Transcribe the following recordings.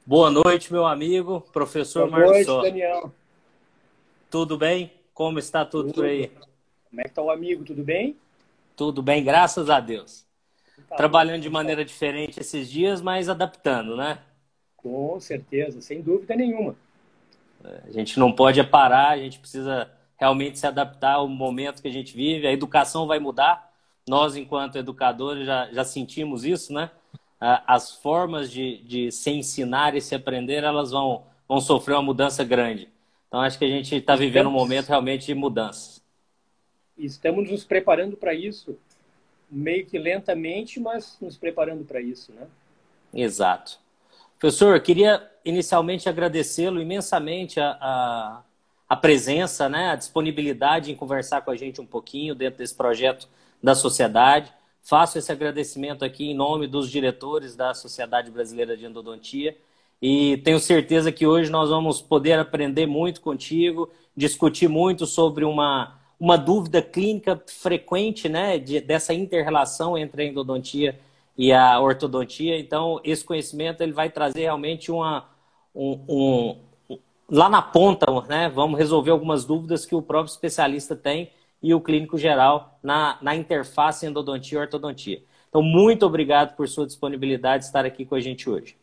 Boa noite, meu amigo, professor Boa noite, Marçó. Daniel. Tudo bem? Como está tudo por Tudo. aí? Como é que tá o amigo? Tudo bem? Tudo bem, graças a Deus. Tá bom, Trabalhando de então tá bom. maneira diferente esses dias, mas adaptando, né? Com certeza, sem dúvida nenhuma. A gente não pode parar, a gente precisa realmente se adaptar ao momento que a gente vive. A educação vai mudar. Nós, enquanto educadores, já sentimos isso, né? As formas de se ensinar e se aprender, elas vão sofrer uma mudança grande. Então, acho que a gente está vivendo um momento Estamos, realmente de mudanças. estamos nos preparando para isso, meio que lentamente, mas nos preparando para isso, né? Exato. Professor, eu queria inicialmente agradecê-lo imensamente a presença, né, a disponibilidade em conversar com a gente um pouquinho dentro desse projeto da sociedade. Faço esse agradecimento aqui em nome dos diretores da Sociedade Brasileira de Endodontia e tenho certeza que hoje nós vamos poder aprender muito contigo, discutir muito sobre uma dúvida clínica frequente, né, dessa inter-relação entre a endodontia e a ortodontia. Então, esse conhecimento ele vai trazer realmente um, lá na ponta, né? Vamos resolver algumas dúvidas que o próprio especialista tem e o clínico geral na interface endodontia e ortodontia. Então, muito obrigado por sua disponibilidade de estar aqui com a gente hoje.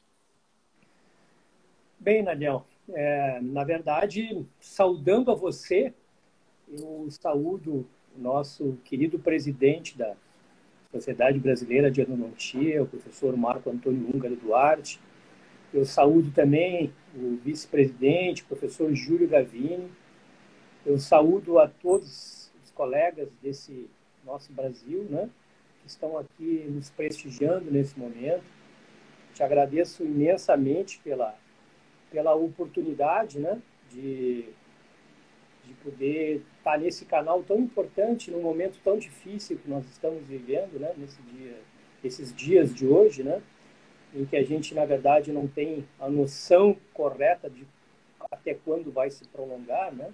Bem, Daniel, na verdade, saudando a você, eu saúdo o nosso querido presidente da Sociedade Brasileira de Endodontia, o professor Marco Antônio Húngaro Duarte. Eu saúdo também o vice-presidente, o professor Júlio Gavini. Eu saúdo a todos os colegas desse nosso Brasil, né, que estão aqui nos prestigiando nesse momento. Te agradeço imensamente pela oportunidade, né, de poder estar nesse canal tão importante, num momento tão difícil que nós estamos vivendo, né, esses dias de hoje, né, em que a gente, na verdade, não tem a noção correta de até quando vai se prolongar, né?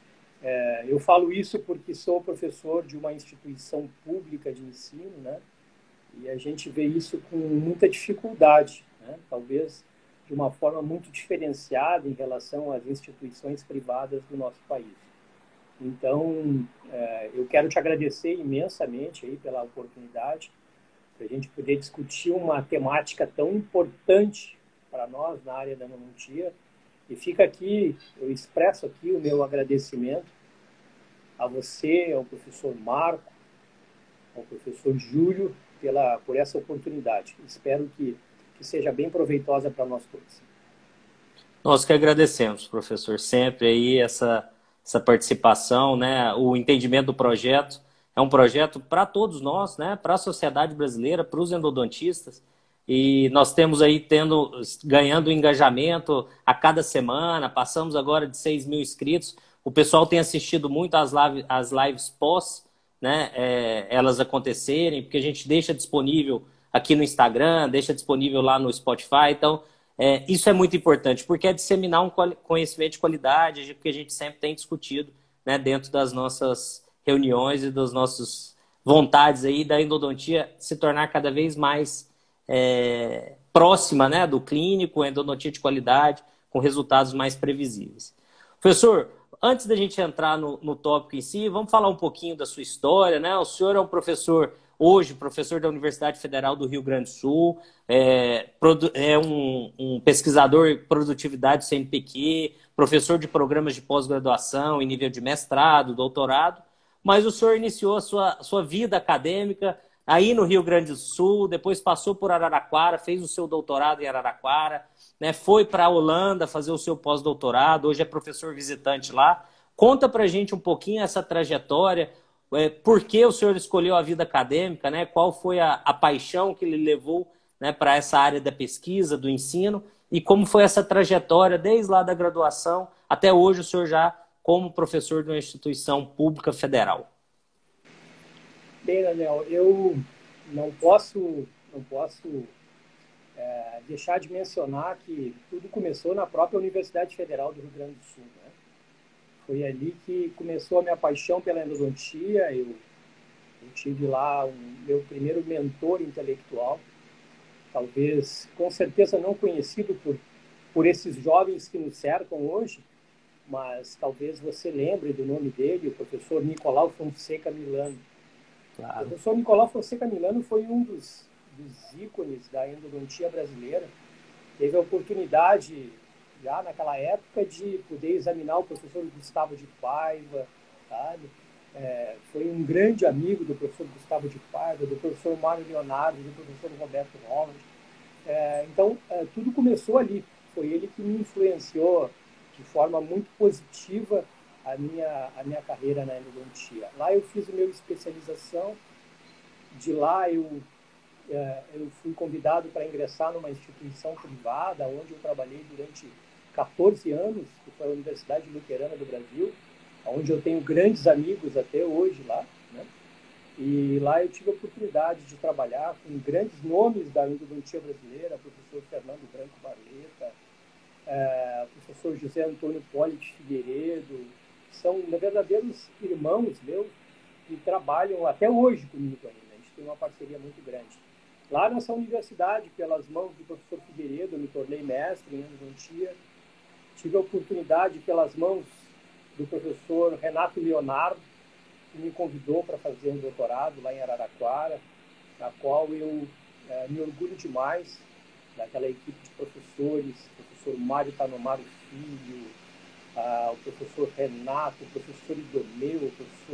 Eu falo isso porque sou professor de uma instituição pública de ensino, né? E a gente vê isso com muita dificuldade, né? Talvez de uma forma muito diferenciada em relação às instituições privadas do nosso país. Então, eu quero te agradecer imensamente aí pela oportunidade para a gente poder discutir uma temática tão importante para nós na área da endodontia. E fica aqui, eu expresso aqui o meu agradecimento a você, ao professor Marco, ao professor Júlio, por essa oportunidade. Espero que seja bem proveitosa para nós todos. Nós que agradecemos, professor, sempre aí essa participação, né? O entendimento do projeto. É um projeto para todos nós, né? Para a sociedade brasileira, para os endodontistas. E nós temos aí ganhando engajamento a cada semana, passamos agora de 6 mil inscritos. O pessoal tem assistido muito às lives pós, né? Elas acontecerem, porque a gente deixa disponível aqui no Instagram, deixa disponível lá no Spotify. Então, isso é muito importante, porque é disseminar um conhecimento de qualidade que a gente sempre tem discutido, né, dentro das nossas reuniões e das nossas vontades aí da endodontia se tornar cada vez mais próxima, né, do clínico, endodontia de qualidade, com resultados mais previsíveis. Professor, antes da gente entrar no tópico em si, vamos falar um pouquinho da sua história, né? O senhor é um professor, hoje, professor da Universidade Federal do Rio Grande do Sul, é um pesquisador em produtividade CNPq, professor de programas de pós-graduação em nível de mestrado, doutorado, mas o senhor iniciou a sua vida acadêmica aí no Rio Grande do Sul, depois passou por Araraquara, fez o seu doutorado em Araraquara, né, foi para a Holanda fazer o seu pós-doutorado, hoje é professor visitante lá. Conta para a gente um pouquinho essa trajetória, por que o senhor escolheu a vida acadêmica, né, qual foi a paixão que lhe levou, né, para essa área da pesquisa, do ensino, e como foi essa trajetória desde lá da graduação até hoje o senhor já como professor de uma instituição pública federal. Bem, Daniel, eu não posso deixar de mencionar que tudo começou na própria Universidade Federal do Rio Grande do Sul, né? Foi ali que começou a minha paixão pela endodontia. Eu tive lá meu primeiro mentor intelectual, talvez, com certeza não conhecido por esses jovens que nos cercam hoje, mas talvez você lembre do nome dele, o professor Nicolau Fonseca Milano. Claro. O professor Nicolau Fonseca Milano foi um dos ícones da endodontia brasileira. Teve a oportunidade, já naquela época, de poder examinar o professor Gustavo de Paiva, sabe? Foi um grande amigo do professor Gustavo de Paiva, do professor Mário Leonardo, do professor Roberto Holland. Então, tudo começou ali. Foi ele que me influenciou de forma muito positiva a minha carreira na endodontia. Lá eu fiz a minha especialização, de lá eu fui convidado para ingressar numa instituição privada, onde eu trabalhei durante 14 anos, que foi a Universidade Luterana do Brasil, onde eu tenho grandes amigos até hoje lá, né? E lá eu tive a oportunidade de trabalhar com grandes nomes da endodontia brasileira, o professor Fernando Branco Barleta, o professor José Antônio Politi Figueiredo, são verdadeiros irmãos meus que trabalham até hoje comigo ainda. A gente tem uma parceria muito grande. Lá nessa universidade, pelas mãos do professor Figueiredo, eu me tornei mestre em endodontia. Tive a oportunidade, pelas mãos do professor Renato Leonardo, que me convidou para fazer um doutorado lá em Araraquara, na qual eu me orgulho demais daquela equipe de professores, o professor Mário Tanomaro Filho, o professor Renato, o professor Idomeu,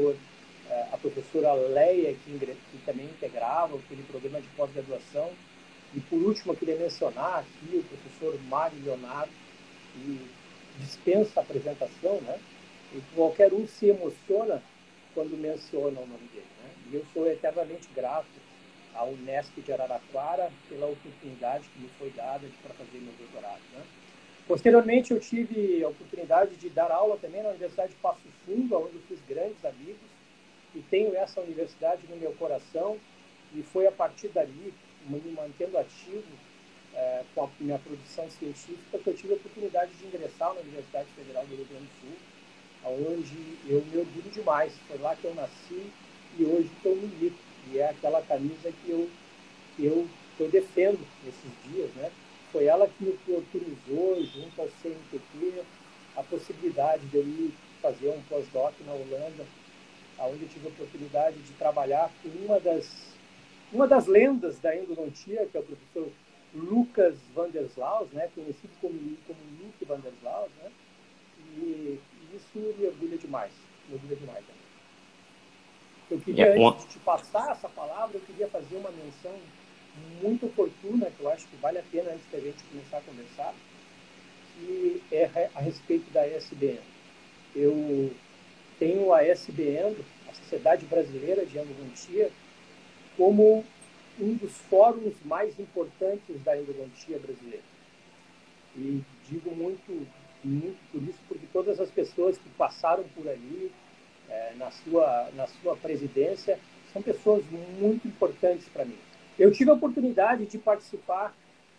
a professora Leia, que também integrava aquele programa de pós-graduação. E, por último, eu queria mencionar aqui o professor Mário Leonardo, que dispensa a apresentação, né? E qualquer um se emociona quando menciona o nome dele, né? E eu sou eternamente grato à Unesp de Araraquara pela oportunidade que me foi dada para fazer meu doutorado, né? Posteriormente, eu tive a oportunidade de dar aula também na Universidade de Passo Fundo, onde eu fiz grandes amigos, e tenho essa universidade no meu coração, e foi a partir dali, me mantendo ativo com a minha produção científica, que eu tive a oportunidade de ingressar na Universidade Federal do Rio Grande do Sul, onde eu me orgulho demais. Foi lá que eu nasci e hoje que eu milito, e é aquela camisa que eu defendo nesses dias, né? Foi ela que me oportunizou, junto ao CNPq, a possibilidade de eu ir fazer um pós-doc na Holanda, onde eu tive a oportunidade de trabalhar com uma das lendas da endodontia, que é o professor Lucas van der Slaus, né, conhecido como Luke van der Slaus, né, e isso me orgulha demais, também. Eu queria, antes de te passar essa palavra, eu queria fazer uma menção muito oportuna, que eu acho que vale a pena antes da gente começar a conversar, que é a respeito da SBN. Eu tenho a SBN, a Sociedade Brasileira de Endodontia, como um dos fóruns mais importantes da endodontia brasileira. E digo muito por isso, porque todas as pessoas que passaram por ali, na sua presidência, são pessoas muito importantes para mim. Eu tive a oportunidade de participar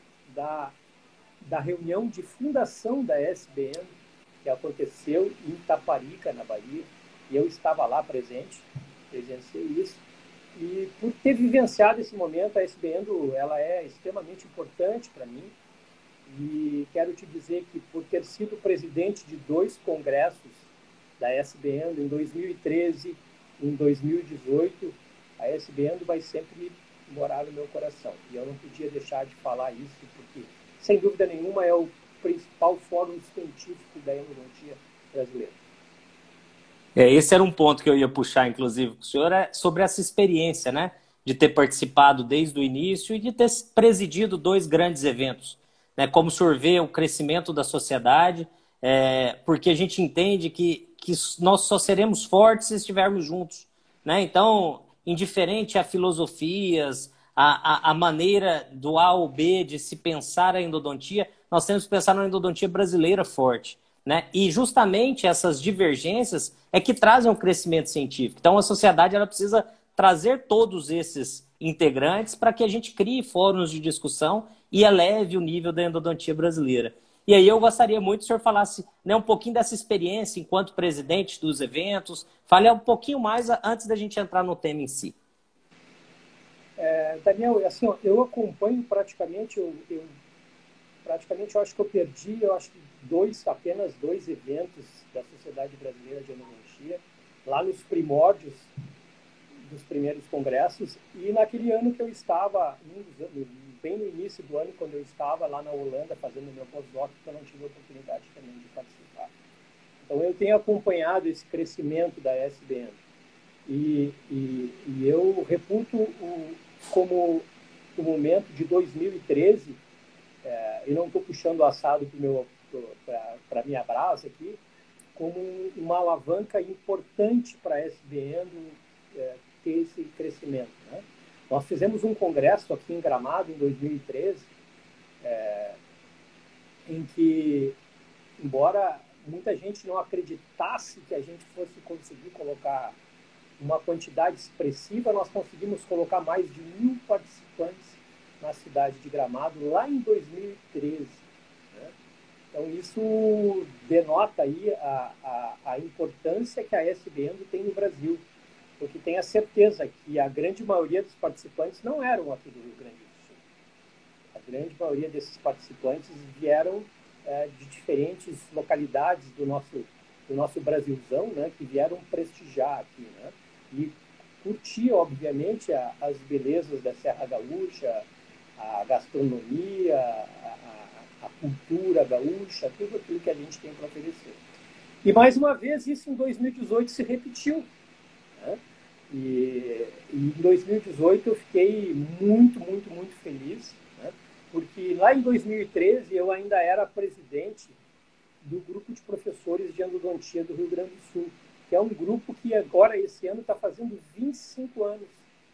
da reunião de fundação da SBN, que aconteceu em Itaparica, na Bahia, e eu estava lá presenciei isso. E por ter vivenciado esse momento, a SBN ela é extremamente importante para mim. E quero te dizer que, por ter sido presidente de 2 congressos da SBN em 2013 e em 2018, a SBN vai sempre morar no meu coração. E eu não podia deixar de falar isso, porque, sem dúvida nenhuma, é o principal fórum científico da endodontia brasileira. Esse era um ponto que eu ia puxar, inclusive, com o senhor, sobre essa experiência, né? De ter participado desde o início e de ter presidido 2 grandes eventos, né? Como o senhor vê o crescimento da sociedade, porque a gente entende que nós só seremos fortes se estivermos juntos, né? Então, indiferente a filosofias, a maneira do A ou B de se pensar a endodontia, nós temos que pensar na endodontia brasileira forte, né? E justamente essas divergências é que trazem um crescimento científico. Então a sociedade ela precisa trazer todos esses integrantes para que a gente crie fóruns de discussão e eleve o nível da endodontia brasileira. E aí eu gostaria muito que o senhor falasse, né, um pouquinho dessa experiência enquanto presidente dos eventos, fale um pouquinho mais antes da gente entrar no tema em si. Daniel, assim, ó, eu acompanho praticamente, praticamente eu acho que eu perdi, eu acho que apenas dois eventos da Sociedade Brasileira de Endodontia, lá nos primórdios dos primeiros congressos, e naquele ano que eu estava, bem no início do ano, quando eu estava lá na Holanda fazendo meu pós-doc, que eu não tive a oportunidade também de participar. Então eu tenho acompanhado esse crescimento da SBN e eu reputo como o momento de 2013, eu não estou puxando o assado para a minha brasa aqui, como uma alavanca importante para a SBN ter esse crescimento. Né? Nós fizemos um congresso aqui em Gramado em 2013, em que, embora muita gente não acreditasse que a gente fosse conseguir colocar uma quantidade expressiva, nós conseguimos colocar mais de 1.000 participantes na cidade de Gramado lá em 2013. Né? Então, isso denota aí a importância que a SBN tem no Brasil, porque tenho a certeza que a grande maioria dos participantes não eram aqui do Rio Grande do Sul. A grande maioria desses participantes vieram de diferentes localidades do nosso Brasilzão, né, que vieram prestigiar aqui, né, e curtir, obviamente, as belezas da Serra Gaúcha, a gastronomia, a cultura gaúcha, tudo aquilo que a gente tem para oferecer. E, mais uma vez, isso em 2018 se repetiu. Né? E em 2018 eu fiquei muito, muito, muito feliz, né? Porque lá em 2013 eu ainda era presidente do grupo de professores de endodontia do Rio Grande do Sul, que é um grupo que agora, esse ano, está fazendo 25 anos,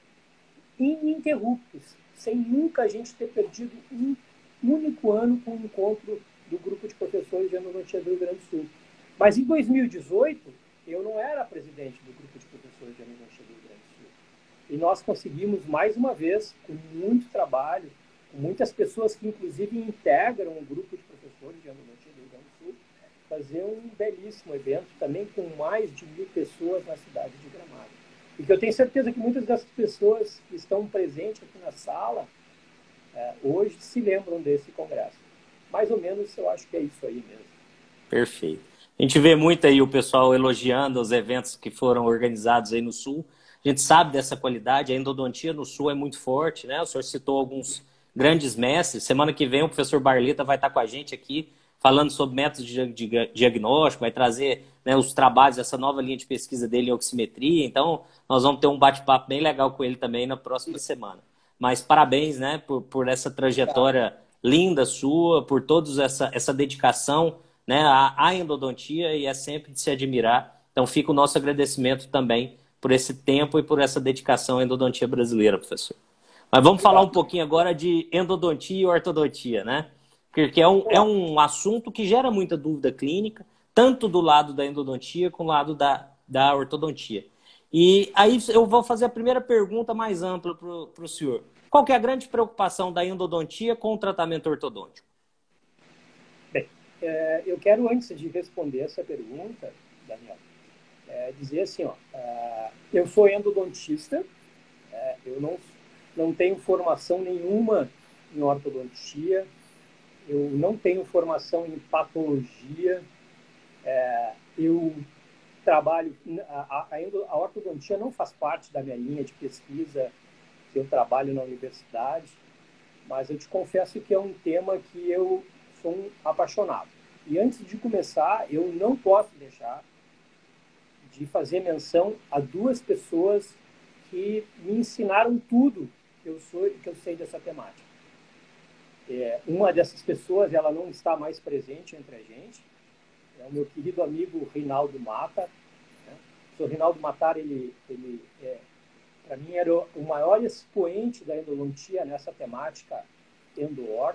ininterruptos, sem nunca a gente ter perdido um único ano com o encontro do grupo de professores de endodontia do Rio Grande do Sul. Mas em 2018, eu não era presidente do grupo de professores de endodontia do Rio Grande do Sul. E nós conseguimos, mais uma vez, com muito trabalho, com muitas pessoas que, inclusive, integram o grupo de professores de endodontia do Rio Grande do Sul, fazer um belíssimo evento, também com mais de 1.000 pessoas na cidade de Gramado. E que eu tenho certeza que muitas dessas pessoas que estão presentes aqui na sala, hoje se lembram desse congresso. Mais ou menos, eu acho que é isso aí mesmo. Perfeito. A gente vê muito aí o pessoal elogiando os eventos que foram organizados aí no Sul. A gente sabe dessa qualidade, a endodontia no Sul é muito forte, né? O senhor citou alguns grandes mestres. Semana que vem o professor Barleta vai estar com a gente aqui falando sobre métodos de diagnóstico, vai trazer, né, os trabalhos, essa nova linha de pesquisa dele em oximetria. Então, nós vamos ter um bate-papo bem legal com ele também na próxima semana. Mas parabéns, né, por essa trajetória linda sua, por toda essa dedicação, né, à endodontia, e é sempre de se admirar. Então fica o nosso agradecimento também por esse tempo e por essa dedicação à endodontia brasileira, professor. Mas vamos falar um pouquinho agora de endodontia e ortodontia, né? Porque é um assunto que gera muita dúvida clínica, tanto do lado da endodontia como do lado da ortodontia. E aí eu vou fazer a primeira pergunta mais ampla para o senhor. Qual que é a grande preocupação da endodontia com o tratamento ortodôntico? Bem, eu quero, antes de responder essa pergunta, Daniel, dizer assim, ó, eu sou endodontista, eu não tenho formação nenhuma em ortodontia, eu não tenho formação em patologia, eu trabalho, a ortodontia não faz parte da minha linha de pesquisa, que eu trabalho na universidade, mas eu te confesso que é um tema que eu sou um apaixonado. E antes de começar, eu não posso deixar de fazer menção a duas pessoas que me ensinaram tudo que eu sei dessa temática. Uma dessas pessoas, ela não está mais presente entre a gente, é o meu querido amigo Reinaldo Mata. Né? O senhor Reinaldo Matar, para mim, era o maior expoente da endodontia nessa temática endo-orto.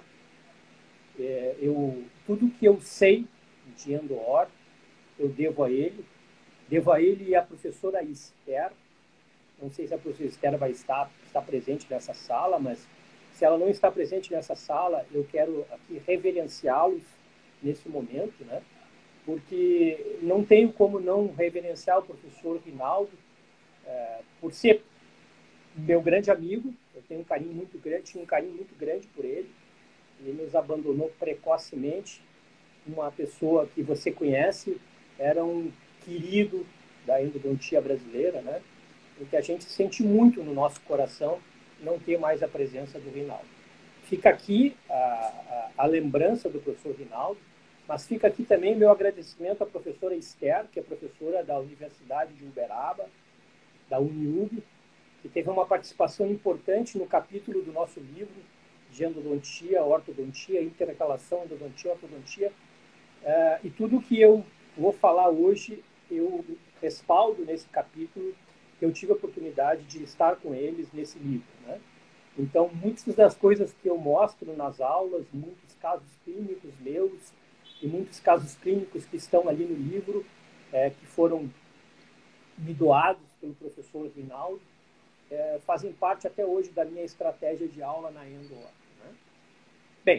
Tudo que eu sei de endo-orto, eu devo a ele e à professora Esther. Não sei se a professora Esther vai estar presente nessa sala, mas se ela não está presente nessa sala, eu quero aqui reverenciá-los nesse momento, né? Porque não tenho como não reverenciar o professor Rinaldo, por ser meu grande amigo, eu tenho um carinho muito grande, tinha um carinho muito grande por ele. Ele nos abandonou precocemente. Uma pessoa que você conhece, era um querido da endodontia brasileira, né? E que a gente sente muito no nosso coração não ter mais a presença do Rinaldo. Fica aqui a lembrança do professor Rinaldo, mas fica aqui também meu agradecimento à professora Esther, que é professora da Universidade de Uberaba, da Uniub, que teve uma participação importante no capítulo do nosso livro de endodontia, ortodontia, intercalação, endodontia, ortodontia. E tudo que eu vou falar hoje, eu respaldo nesse capítulo, que eu tive a oportunidade de estar com eles nesse livro, né? Então, muitas das coisas que eu mostro nas aulas, muitos casos clínicos meus e muitos casos clínicos que estão ali no livro, que foram me doados pelo professor Rinaldo, fazem parte até hoje da minha estratégia de aula na Endo. Né? Bem,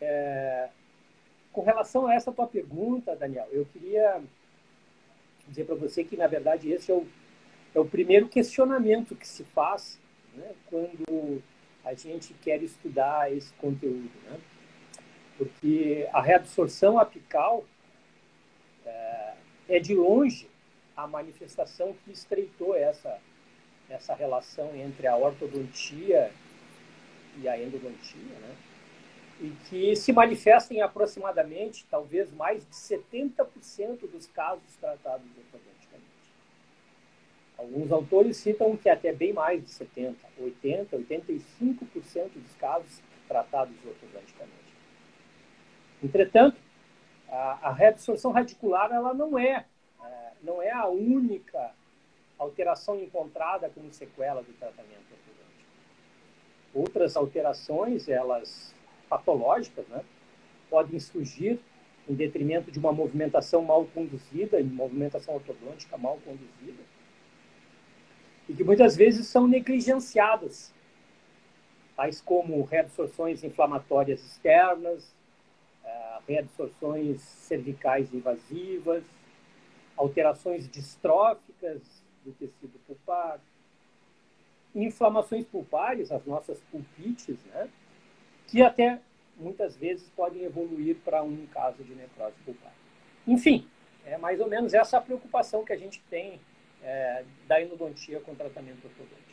com relação a essa tua pergunta, Daniel, eu queria dizer para você que, na verdade, esse é o primeiro questionamento que se faz, né, quando a gente quer estudar esse conteúdo, né? Porque a reabsorção apical é de longe a manifestação que estreitou essa relação entre a ortodontia e a endodontia, né? E que se manifesta em aproximadamente, talvez, mais de 70% dos casos tratados ortodonticamente. Alguns autores citam que até bem mais de 70%, 80%, 85% dos casos tratados ortodonticamente. Entretanto, a reabsorção radicular ela não é a única alteração encontrada como sequela do tratamento ortodôntico. Outras alterações, elas patológicas, né, podem surgir em detrimento de uma movimentação mal conduzida, em movimentação ortodôntica mal conduzida, e que muitas vezes são negligenciadas, tais como reabsorções inflamatórias externas, reabsorções cervicais invasivas, alterações distróficas do tecido pulpar, inflamações pulpares, as nossas pulpites, né, que até muitas vezes podem evoluir para um caso de necrose pulpar. Enfim, é mais ou menos essa a preocupação que a gente tem da endodontia com tratamento ortodôntico.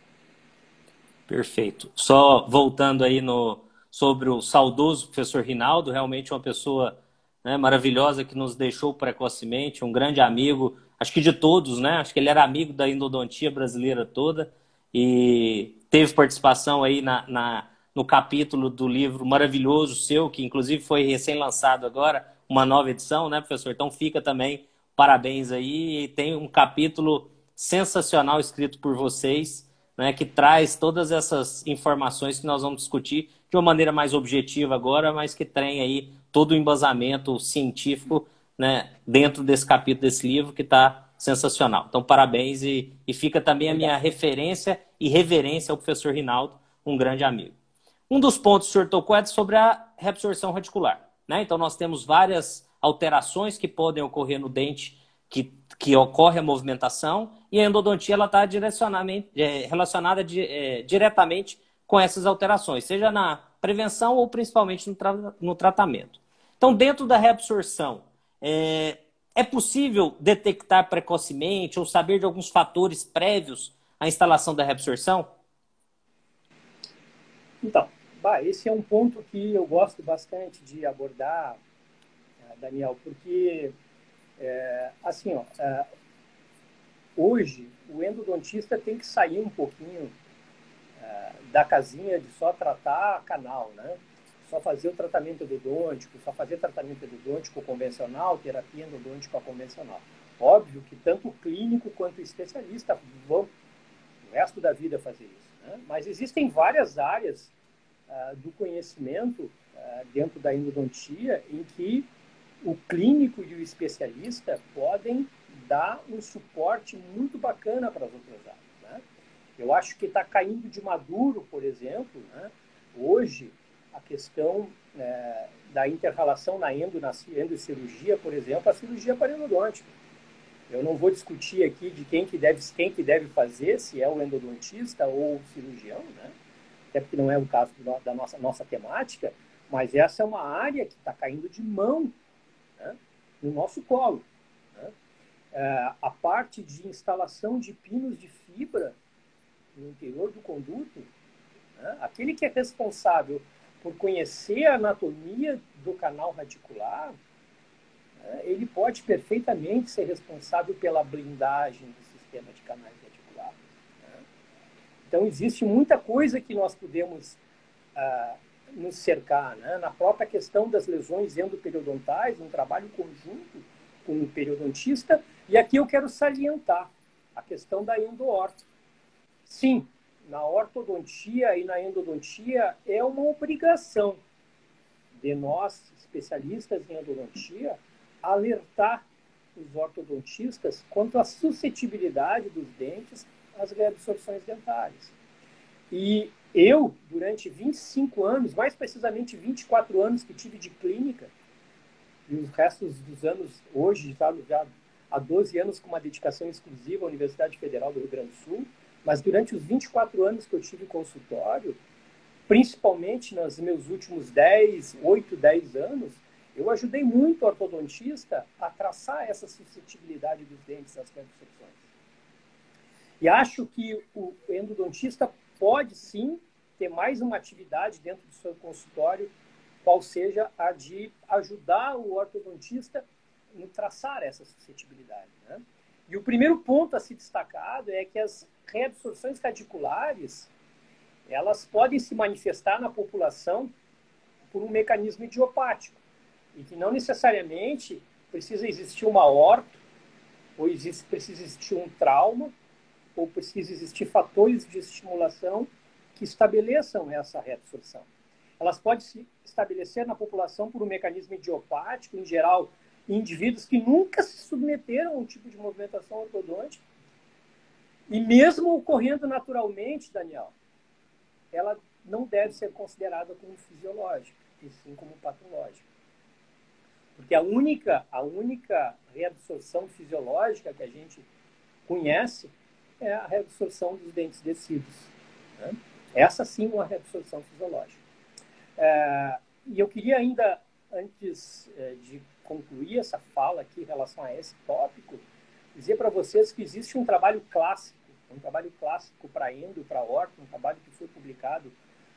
Perfeito. Só voltando aí sobre o saudoso professor Rinaldo, realmente uma pessoa, né, maravilhosa que nos deixou precocemente, um grande amigo, acho que de todos, né? Acho que ele era amigo da endodontia brasileira toda e teve participação aí no capítulo do livro maravilhoso seu, que inclusive foi recém-lançado agora, uma nova edição, né, professor? Então fica também parabéns aí, e tem um capítulo sensacional escrito por vocês, né, que traz todas essas informações que nós vamos discutir de uma maneira mais objetiva agora, mas que tem aí todo o embasamento científico, né, dentro desse capítulo desse livro, que está sensacional. Então, parabéns, e fica também a minha referência e reverência ao professor Rinaldo, um grande amigo. Um dos pontos que o senhor tocou é sobre a reabsorção radicular, né? Então, nós temos várias alterações que podem ocorrer no dente que ocorre a movimentação, e a endodontia está relacionada diretamente com essas alterações, seja na prevenção ou principalmente no tratamento. Então, dentro da reabsorção, é possível detectar precocemente ou saber de alguns fatores prévios à instalação da reabsorção? Então, esse é um ponto que eu gosto bastante de abordar, Daniel, porque, assim, hoje o endodontista tem que sair um pouquinho da casinha de só tratar canal, né? Só fazer o tratamento endodôntico, só fazer tratamento endodôntico convencional, terapia endodôntica convencional. Óbvio que tanto o clínico quanto o especialista vão o resto da vida fazer isso, né? Mas existem várias áreas do conhecimento dentro da endodontia em que o clínico e o especialista podem dar um suporte muito bacana para as outras áreas, né? Eu acho que está caindo de maduro, por exemplo, né, hoje, a questão da inter-relação na endocirurgia, por exemplo, a cirurgia parendodôntica. Eu não vou discutir aqui de quem que deve fazer, se é o endodontista ou o cirurgião, né? Até porque não é o caso da nossa temática, mas essa é uma área que está caindo de mão, né, no nosso colo. Né? A parte de instalação de pinos de fibra no interior do conduto, né, aquele que é responsável por conhecer a anatomia do canal radicular, ele pode perfeitamente ser responsável pela blindagem do sistema de canais radiculares. Né? Então, existe muita coisa que nós podemos nos cercar, né? Na própria questão das lesões endoperiodontais, um trabalho conjunto com o periodontista. E aqui eu quero salientar a questão da endoorto. Sim, na ortodontia e na endodontia é uma obrigação de nós, especialistas em endodontia, alertar os ortodontistas quanto à suscetibilidade dos dentes às reabsorções dentárias. E eu, durante 25 anos, mais precisamente 24 anos que tive de clínica, e os restos dos anos hoje, já há 12 anos com uma dedicação exclusiva à Universidade Federal do Rio Grande do Sul, mas durante os 24 anos que eu tive consultório, principalmente nos meus últimos 8, 10 anos, eu ajudei muito o ortodontista a traçar essa suscetibilidade dos dentes às reabsorções. E acho que o endodontista pode, sim, ter mais uma atividade dentro do seu consultório, qual seja a de ajudar o ortodontista em traçar essa suscetibilidade. Né? E o primeiro ponto a se destacado é que as reabsorções radiculares, elas podem se manifestar na população por um mecanismo idiopático, e que não necessariamente precisa existir uma orto, ou precisa existir um trauma, ou precisa existir fatores de estimulação que estabeleçam essa reabsorção. Elas podem se estabelecer na população por um mecanismo idiopático, em geral, em indivíduos que nunca se submeteram a um tipo de movimentação ortodôntica, e mesmo ocorrendo naturalmente, Daniel, ela não deve ser considerada como fisiológica, e sim como patológica. Porque a única reabsorção fisiológica que a gente conhece é a reabsorção dos dentes descidos. Né? Essa sim é uma reabsorção fisiológica. E eu queria ainda, antes de concluir essa fala aqui em relação a esse tópico, dizer para vocês que existe um trabalho clássico para endo, para orto, um trabalho que foi publicado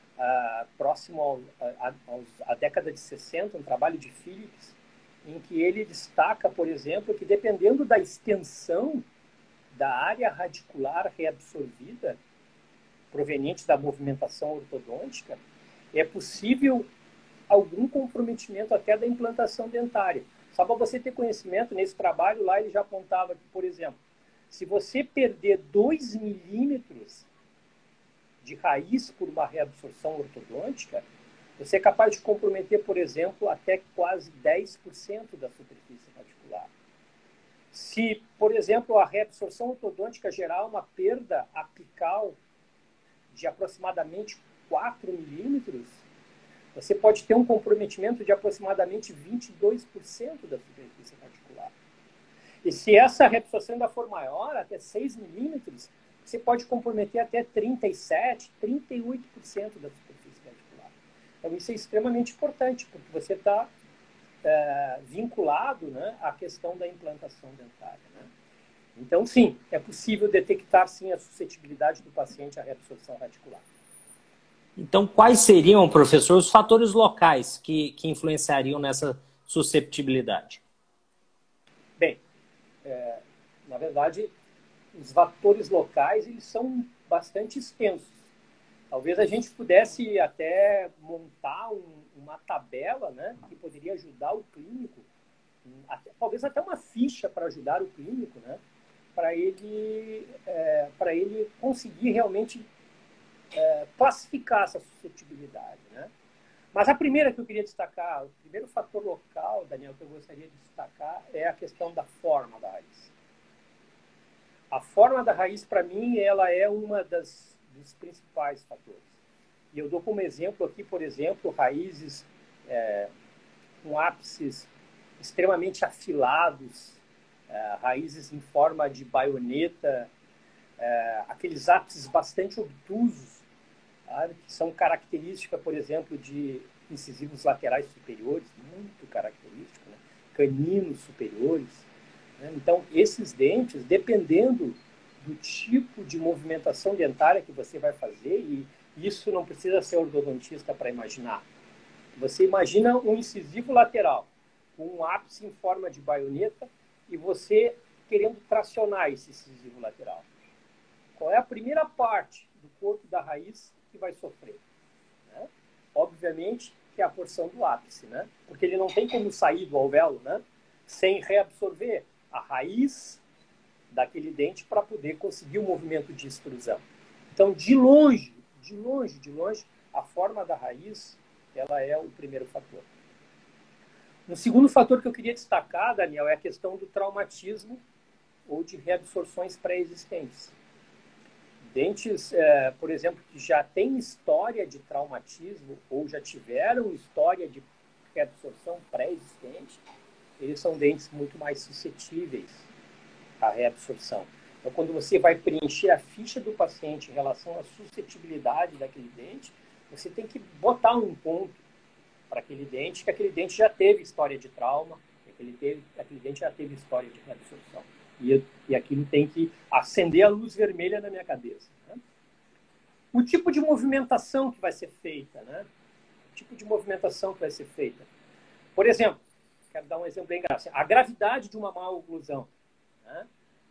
próximo à década de 60, um trabalho de Phillips, em que ele destaca, por exemplo, que dependendo da extensão da área radicular reabsorvida, proveniente da movimentação ortodôntica, é possível algum comprometimento até da implantação dentária. Só para você ter conhecimento, nesse trabalho lá ele já apontava que, por exemplo, se você perder 2 milímetros de raiz por uma reabsorção ortodôntica, você é capaz de comprometer, por exemplo, até quase 10% da superfície radicular. Se, por exemplo, a reabsorção ortodôntica gerar uma perda apical de aproximadamente 4 milímetros, você pode ter um comprometimento de aproximadamente 22% da superfície radicular. E se essa reabsorção ainda for maior, até 6 milímetros, você pode comprometer até 37%, 38% da superfície radicular. Então, isso é extremamente importante, porque você está vinculado, né, à questão da implantação dentária. Né? Então, sim, é possível detectar, sim, a suscetibilidade do paciente à reabsorção radicular. Então, quais seriam, professor, os fatores locais que influenciariam nessa susceptibilidade? Bem, na verdade, os fatores locais eles são bastante extensos. Talvez a gente pudesse até montar uma tabela, né, que poderia ajudar o clínico, talvez até uma ficha para ajudar o clínico, né, para ele conseguir realmente classificar essa suscetibilidade. Né? Mas a primeira que eu queria destacar, o primeiro fator local, Daniel, que eu gostaria de destacar é a questão da forma da raiz. A forma da raiz, para mim, ela é uma dos principais fatores. E eu dou como exemplo aqui, por exemplo, raízes com ápices extremamente afilados, raízes em forma de baioneta, aqueles ápices bastante obtusos, sabe? Que são características, por exemplo, de incisivos laterais superiores, muito característico, né? Caninos superiores. Né? Então, esses dentes, dependendo do tipo de movimentação dentária que você vai fazer, e isso não precisa ser ortodontista para imaginar. Você imagina um incisivo lateral, com um ápice em forma de baioneta, e você querendo tracionar esse incisivo lateral. Qual é a primeira parte do corpo da raiz que vai sofrer? Né? Obviamente que é a porção do ápice, né? Porque ele não tem como sair do alvéolo, né? Sem reabsorver a raiz daquele dente para poder conseguir o movimento de extrusão. Então, de longe, a forma da raiz, ela é o primeiro fator. Um segundo fator que eu queria destacar, Daniel, é a questão do traumatismo ou de reabsorções pré-existentes. Dentes, por exemplo, que já têm história de traumatismo ou já tiveram história de reabsorção pré-existente, eles são dentes muito mais suscetíveis à reabsorção. Então, quando você vai preencher a ficha do paciente em relação à suscetibilidade daquele dente, você tem que botar um ponto para aquele dente, que aquele dente já teve história de trauma, aquele dente já teve história de reabsorção. E aquilo tem que acender a luz vermelha na minha cabeça. Né? O tipo de movimentação que vai ser feita, né? O tipo de movimentação que vai ser feita. Por exemplo, quero dar um exemplo bem engraçado. A gravidade de uma má oclusão. Né?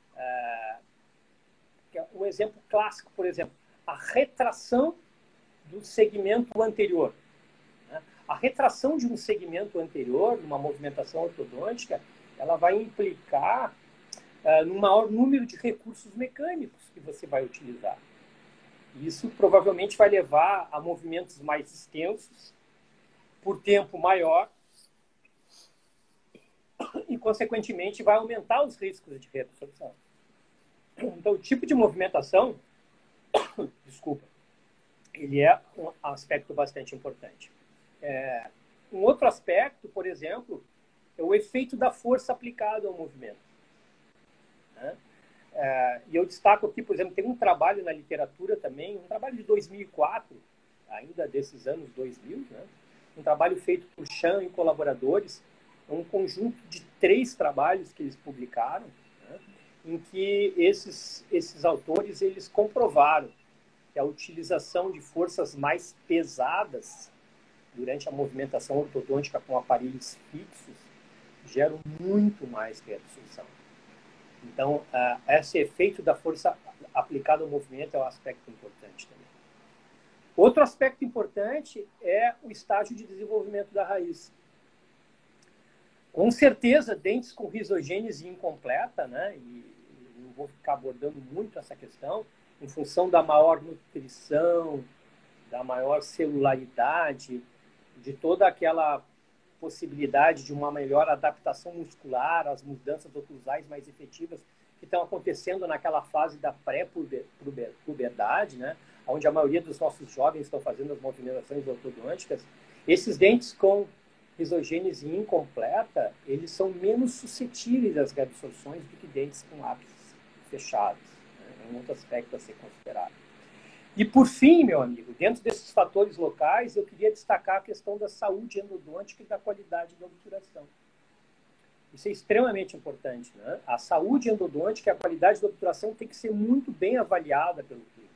Um exemplo clássico, por exemplo, a retração do segmento anterior. Né? A retração de um segmento anterior, numa movimentação ortodôntica, ela vai implicar no maior número de recursos mecânicos que você vai utilizar. Isso provavelmente vai levar a movimentos mais extensos, por tempo maior, e, consequentemente, vai aumentar os riscos de reabsorção. Então, o tipo de movimentação, desculpa, ele é um aspecto bastante importante. Um outro aspecto, por exemplo, é o efeito da força aplicada ao movimento. Né? E eu destaco aqui, por exemplo, tem um trabalho na literatura também, um trabalho de 2004, ainda desses anos 2000, né? Um trabalho feito por Chan e colaboradores, um conjunto de 3 trabalhos que eles publicaram, né? Em que esses autores eles comprovaram que a utilização de forças mais pesadas durante a movimentação ortodôntica com aparelhos fixos geram muito mais reabsorção. Então, esse efeito da força aplicada ao movimento é um aspecto importante também. Outro aspecto importante é o estágio de desenvolvimento da raiz. Com certeza, dentes com risogênese incompleta, né? E não vou ficar abordando muito essa questão, em função da maior nutrição, da maior celularidade, de toda aquela possibilidade de uma melhor adaptação muscular, as mudanças oclusais mais efetivas que estão acontecendo naquela fase da pré-puberdade, né? Onde a maioria dos nossos jovens estão fazendo as movimentações ortodônticas. Esses dentes com risogênese incompleta, eles são menos suscetíveis às reabsorções do que dentes com ápices fechados. Né? É um outro aspecto a ser considerado. E, por fim, meu amigo, dentro desses fatores locais, eu queria destacar a questão da saúde endodôntica e da qualidade da obturação. Isso é extremamente importante. Né? A saúde endodôntica e a qualidade da obturação tem que ser muito bem avaliada pelo clínico.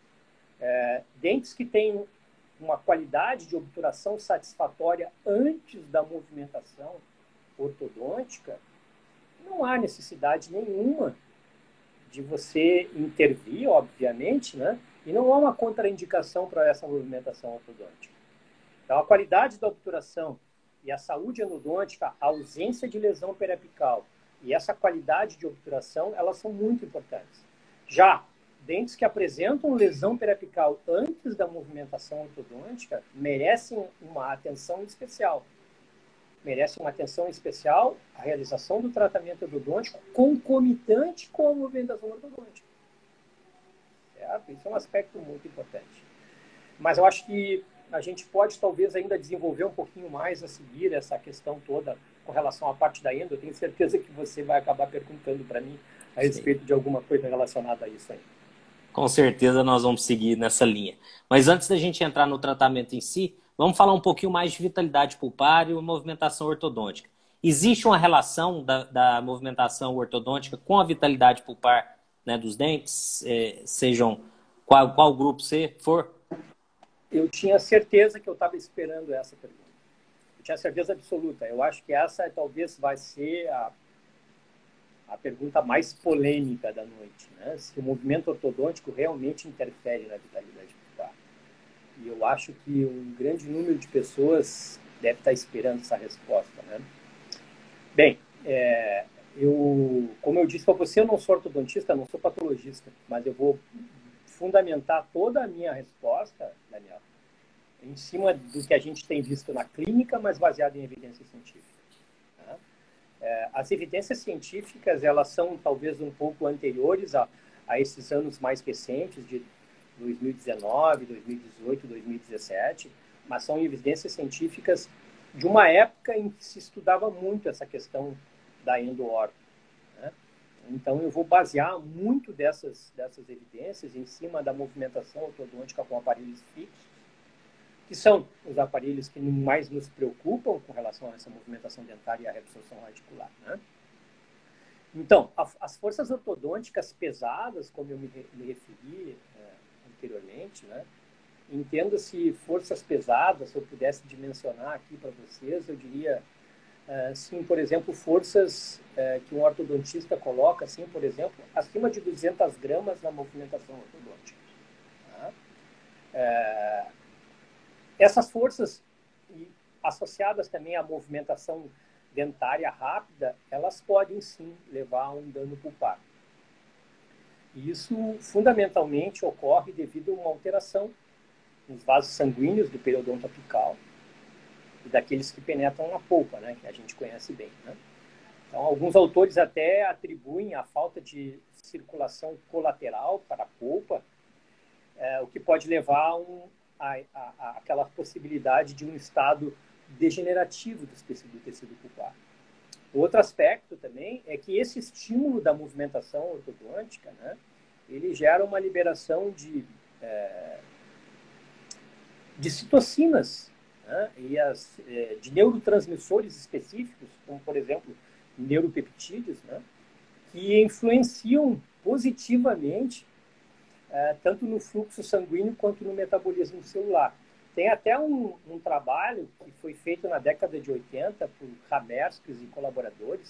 Dentes que têm uma qualidade de obturação satisfatória antes da movimentação ortodôntica, não há necessidade nenhuma de você intervir, obviamente, né? E não há uma contraindicação para essa movimentação ortodôntica. Então, a qualidade da obturação e a saúde endodôntica, a ausência de lesão periapical e essa qualidade de obturação, elas são muito importantes. Já dentes que apresentam lesão periapical antes da movimentação ortodôntica merecem uma atenção especial. Merece uma atenção especial a realização do tratamento endodôntico concomitante com a movimentação ortodôntica. Certo? Isso é um aspecto muito importante. Mas eu acho que a gente pode talvez ainda desenvolver um pouquinho mais a seguir essa questão toda com relação à parte da endo. Eu tenho certeza que você vai acabar perguntando para mim a respeito de alguma coisa relacionada a isso aí. Com certeza nós vamos seguir nessa linha. Mas antes da gente entrar no tratamento em si, vamos falar um pouquinho mais de vitalidade pulpar e movimentação ortodôntica. Existe uma relação da movimentação ortodôntica com a vitalidade pulpar, né, dos dentes, sejam qual grupo você for? Eu tinha certeza que eu estava esperando essa pergunta. Eu tinha certeza absoluta. Eu acho que essa talvez vai ser a pergunta mais polêmica da noite, né? Se o movimento ortodôntico realmente interfere na vitalidade pulpar. E eu acho que um grande número de pessoas deve estar esperando essa resposta, né? Bem, como eu disse para você, eu não sou ortodontista, não sou patologista, mas eu vou fundamentar toda a minha resposta, Daniel, em cima do que a gente tem visto na clínica, mas baseado em evidência científica. Tá? As evidências científicas, elas são talvez um pouco anteriores a esses anos mais recentes, de 2019, 2018, 2017, mas são evidências científicas de uma época em que se estudava muito essa questão da endo-orto. Né? Então, eu vou basear muito dessas evidências em cima da movimentação ortodôntica com aparelhos fixos, que são os aparelhos que mais nos preocupam com relação a essa movimentação dentária e a reabsorção radicular. Né? Então, as forças ortodônticas pesadas, como eu me referi anteriormente, né? Entenda-se forças pesadas, se eu pudesse dimensionar aqui para vocês, eu diria, sim, por exemplo, forças que um ortodontista coloca, assim, por exemplo, acima de 200 gramas na movimentação ortodôntica. Tá? Essas forças, associadas também à movimentação dentária rápida, elas podem, sim, levar a um dano pulpar. E isso, fundamentalmente, ocorre devido a uma alteração nos vasos sanguíneos do periodonto apical e daqueles que penetram na polpa, né, que a gente conhece bem. Né? Então, alguns autores até atribuem a falta de circulação colateral para a polpa, o que pode levar a aquela possibilidade de um estado degenerativo do tecido pulpar. Outro aspecto também é que esse estímulo da movimentação ortodôntica, né, ele gera uma liberação de citocinas, né, e de neurotransmissores específicos, como, por exemplo, neuropeptídeos, né, que influenciam positivamente tanto no fluxo sanguíneo quanto no metabolismo celular. Tem até um trabalho que foi feito na década de 80 por Ramerskis e colaboradores,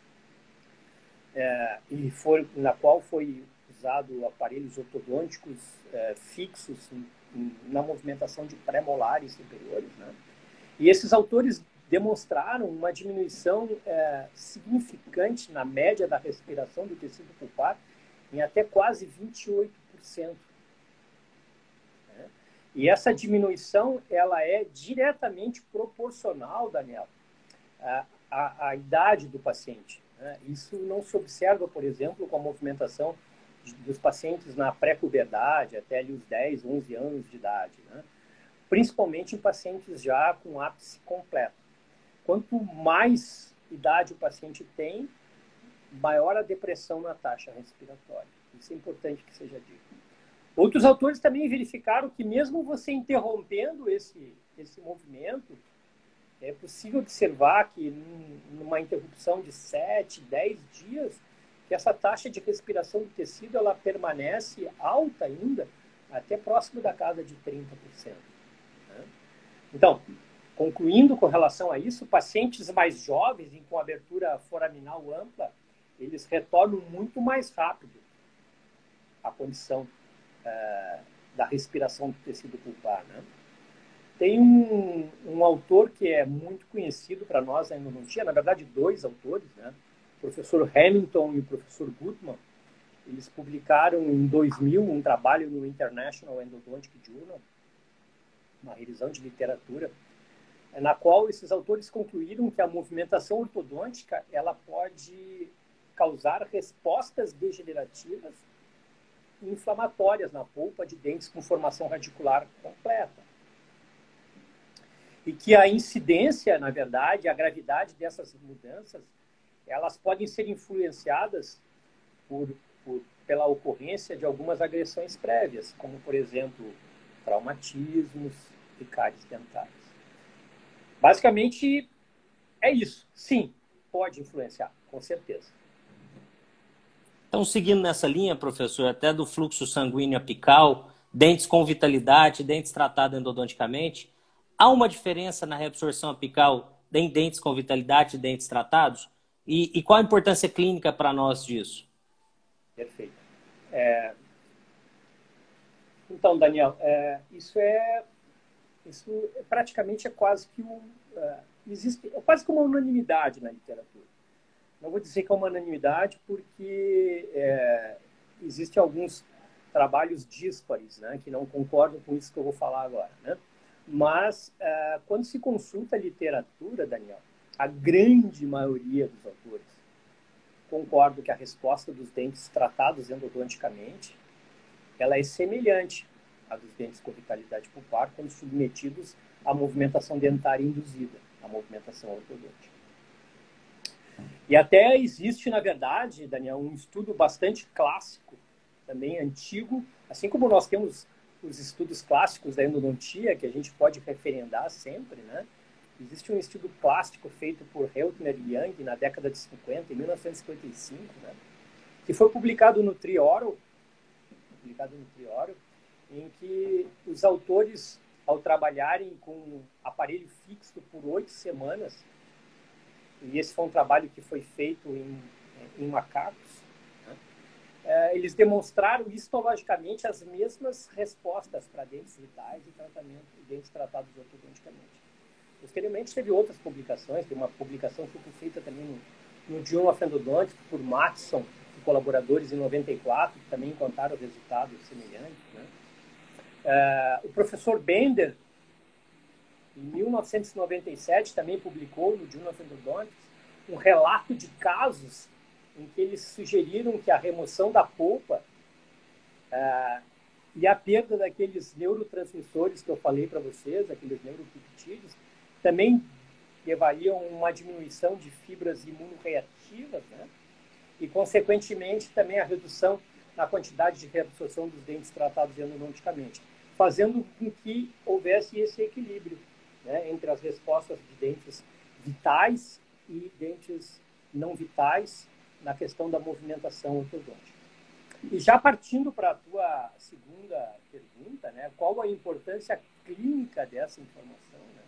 na qual foi usado aparelhos ortodônticos fixos na movimentação de pré-molares superiores. Né? E esses autores demonstraram uma diminuição significante na média da respiração do tecido pulpar em até quase 28%. Né? E essa diminuição ela é diretamente proporcional, Daniel, à idade do paciente. Né? Isso não se observa, por exemplo, com a movimentação dos pacientes na pré-puberdade, até ali os 10, 11 anos de idade, né? Principalmente em pacientes já com ápice completo. Quanto mais idade o paciente tem, maior a depressão na taxa respiratória. Isso é importante que seja dito. Outros autores também verificaram que mesmo você interrompendo esse movimento, é possível observar que numa interrupção de 7, 10 dias, que essa taxa de respiração do tecido ela permanece alta ainda, até próximo da casa de 30%. Né? Então, concluindo com relação a isso, pacientes mais jovens e com abertura foraminal ampla, eles retornam muito mais rápido à condição da respiração do tecido pulpar. Né? Tem um autor que é muito conhecido para nós ainda não tinha, na verdade, dois autores, né? O professor Hamilton e o professor Gutmann. Eles publicaram em 2000 um trabalho no International Endodontic Journal, uma revisão de literatura, na qual esses autores concluíram que a movimentação ortodôntica ela pode causar respostas degenerativas e inflamatórias na polpa de dentes com formação radicular completa. e que a incidência, na verdade, a gravidade dessas mudanças, elas podem ser influenciadas pela ocorrência de algumas agressões prévias, como, por exemplo, traumatismos e cáries dentárias. Basicamente, é isso. Sim, pode influenciar, com certeza. Então, seguindo nessa linha, professor, até do fluxo sanguíneo apical, dentes com vitalidade, dentes tratados endodonticamente, há uma diferença na reabsorção apical em dentes com vitalidade e dentes tratados? E qual a importância clínica para nós disso? Perfeito. Então, Daniel, isso praticamente é quase que existe quase que uma unanimidade na literatura. Não vou dizer que é uma unanimidade porque existem alguns trabalhos díspares, né, que não concordam com isso que eu vou falar agora, né? Mas quando se consulta a literatura, Daniel, a grande maioria dos autores concordam que a resposta dos dentes tratados endodonticamente ela é semelhante à dos dentes com vitalidade pulpar quando submetidos à movimentação dentária induzida, à movimentação ortodôntica. E até existe, na verdade, Daniel, um estudo bastante clássico, também antigo, assim como nós temos os estudos clássicos da endodontia, que a gente pode referendar sempre, né? Existe um estudo clássico feito por Heltner e Young na década de 50, em 1955, né? Que foi publicado no Trioral, em que os autores, ao trabalharem com um aparelho fixo por 8 semanas, e esse foi um trabalho que foi feito em macacos, né? Eles demonstraram histologicamente as mesmas respostas para dentes vitais e dentes tratados ortodonticamente. Posteriormente, teve outras publicações, tem uma publicação que foi feita também no Journal of Endodontics por Matson e colaboradores em 94, que também encontraram resultados semelhantes, né? O professor Bender, em 1997, também publicou no Journal of Endodontics um relato de casos em que eles sugeriram que a remoção da polpa e a perda daqueles neurotransmissores que eu falei para vocês, aqueles neuropeptídeos, também levariam a uma diminuição de fibras imunorreativas, né? E, consequentemente, também a redução na quantidade de reabsorção dos dentes tratados endodonticamente, fazendo com que houvesse esse equilíbrio, né, entre as respostas de dentes vitais e dentes não vitais na questão da movimentação ortodôntica. E já partindo para a tua segunda pergunta, né, qual a importância clínica dessa informação, né?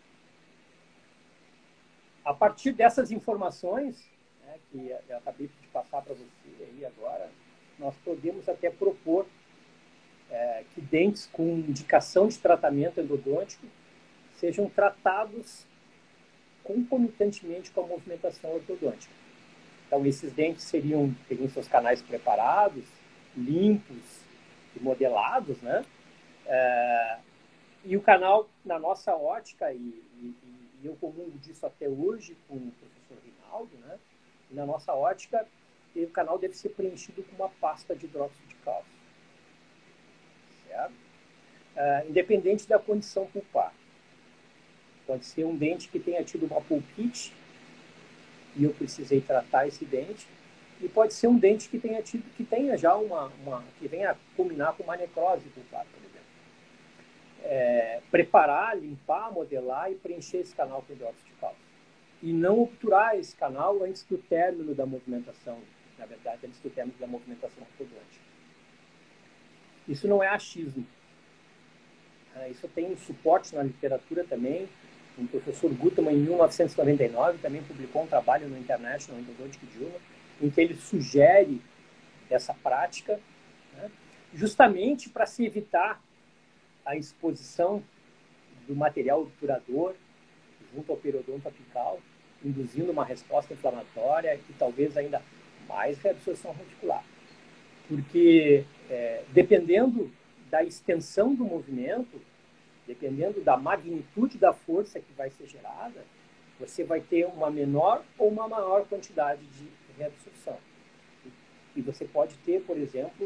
A partir dessas informações, né, que eu acabei de passar para você aí agora, nós podemos até propor que dentes com indicação de tratamento endodôntico sejam tratados concomitantemente com a movimentação ortodôntica. Então, esses dentes teriam seus canais preparados, limpos e modelados, né? E o canal, na nossa ótica, e eu comungo disso até hoje com o professor Rinaldo, né? E na nossa ótica, o canal deve ser preenchido com uma pasta de hidróxido de cálcio. Certo? Independente da condição pulpar. Pode ser um dente que tenha tido uma pulpite e eu precisei tratar esse dente, e pode ser um dente que tenha já que venha a culminar com uma necrose pulpar, por exemplo. Preparar, limpar, modelar e preencher esse canal com hidróxido de cálcio. E não obturar esse canal antes do término da movimentação, na verdade, antes do término da movimentação ortodôntica. Isso não é achismo. Isso tem um suporte na literatura também. O professor Guttmann, em 1999, também publicou um trabalho no International Endodontic Journal, em que ele sugere essa prática, né, justamente para se evitar a exposição do material obturador junto ao periodonto apical, induzindo uma resposta inflamatória e talvez ainda mais reabsorção reticular. Porque, dependendo da extensão do movimento, dependendo da magnitude da força que vai ser gerada, você vai ter uma menor ou uma maior quantidade de reabsorção. E você pode ter, por exemplo,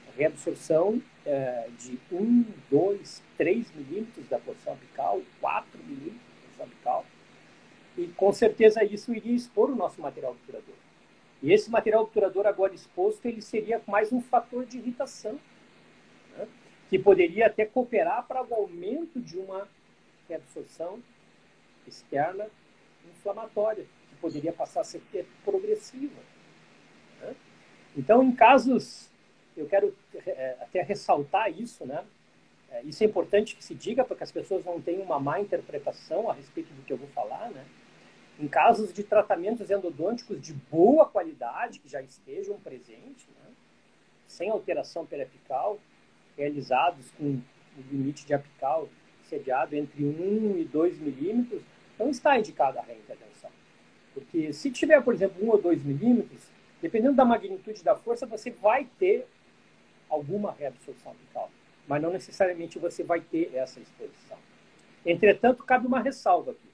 reabsorção de 1, 2, 3 milímetros da porção apical, 4 milímetros da porção apical, e com certeza isso iria expor o nosso material obturador. E esse material obturador agora exposto, ele seria mais um fator de irritação, né, que poderia até cooperar para o aumento de uma reabsorção externa inflamatória, que poderia passar a ser progressiva, né? Então, em casos, eu quero até ressaltar isso, né? Isso é importante que se diga, para que as pessoas não tenham uma má interpretação a respeito do que eu vou falar, né? Em casos de tratamentos endodônticos de boa qualidade, que já estejam presentes, né, sem alteração periapical, realizados com um limite de apical sediado entre 1 e 2 milímetros, não está indicada a reintervenção. Porque se tiver, por exemplo, 1 ou 2 milímetros, dependendo da magnitude da força, você vai ter alguma reabsorção apical, mas não necessariamente você vai ter essa exposição. Entretanto, cabe uma ressalva aqui.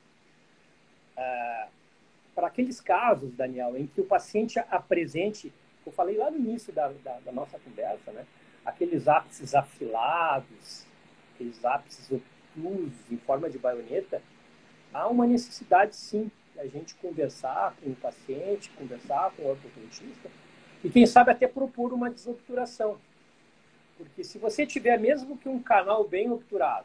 Para aqueles casos, Daniel, em que o paciente apresente, eu falei lá no início da nossa conversa, né, aqueles ápices afilados, aqueles ápices obtusos em forma de baioneta, há uma necessidade, sim, da gente conversar com o paciente, conversar com o ortodontista, e quem sabe até propor uma desobturação. Porque se você tiver mesmo que um canal bem obturado,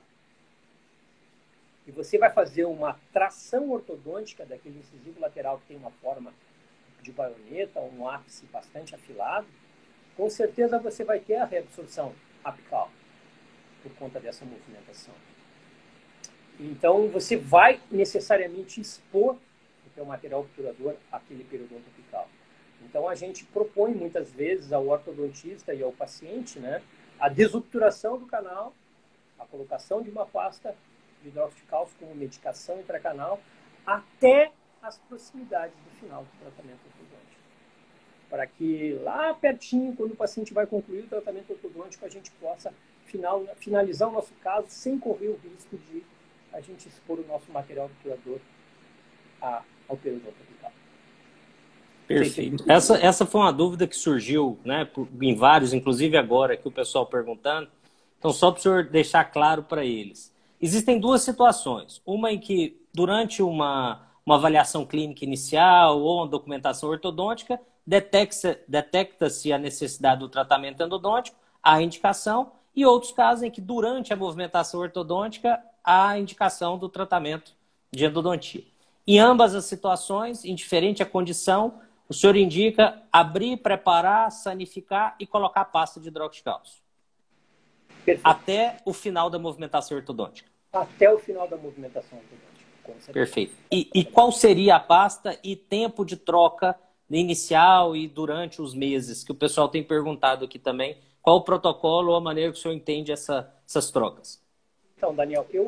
e você vai fazer uma tração ortodôntica daquele incisivo lateral que tem uma forma de baioneta, um ápice bastante afilado, com certeza você vai ter a reabsorção apical por conta dessa movimentação. Então, você vai necessariamente expor o teu material obturador àquele periodonto apical. Então, a gente propõe muitas vezes ao ortodontista e ao paciente, né, a desobturação do canal, a colocação de uma pasta de hidróxido de cálcio como medicação intracanal até as proximidades do final do tratamento ortodôntico. Para que lá pertinho, quando o paciente vai concluir o tratamento ortodôntico, a gente possa finalizar o nosso caso sem correr o risco de a gente expor o nosso material obturador ao periodonto apical. Perfeito. Essa foi uma dúvida que surgiu, né, em vários, inclusive agora, que o pessoal perguntando. Então, só para o senhor deixar claro para eles. Existem duas situações. Uma em que, durante uma avaliação clínica inicial ou uma documentação ortodôntica, detecta-se a necessidade do tratamento endodôntico, a indicação, e outros casos em que, durante a movimentação ortodôntica, há a indicação do tratamento de endodontia. Em ambas as situações, indiferente a condição, o senhor indica abrir, preparar, sanificar e colocar a pasta de hidróxido de cálcio. Perfeito. Até o final da movimentação ortodôntica. Até o final da movimentação ortodôntica. Perfeito. E qual seria a pasta e tempo de troca inicial e durante os meses? Que o pessoal tem perguntado aqui também. Qual o protocolo ou a maneira que o senhor entende essas trocas? Então, Daniel, eu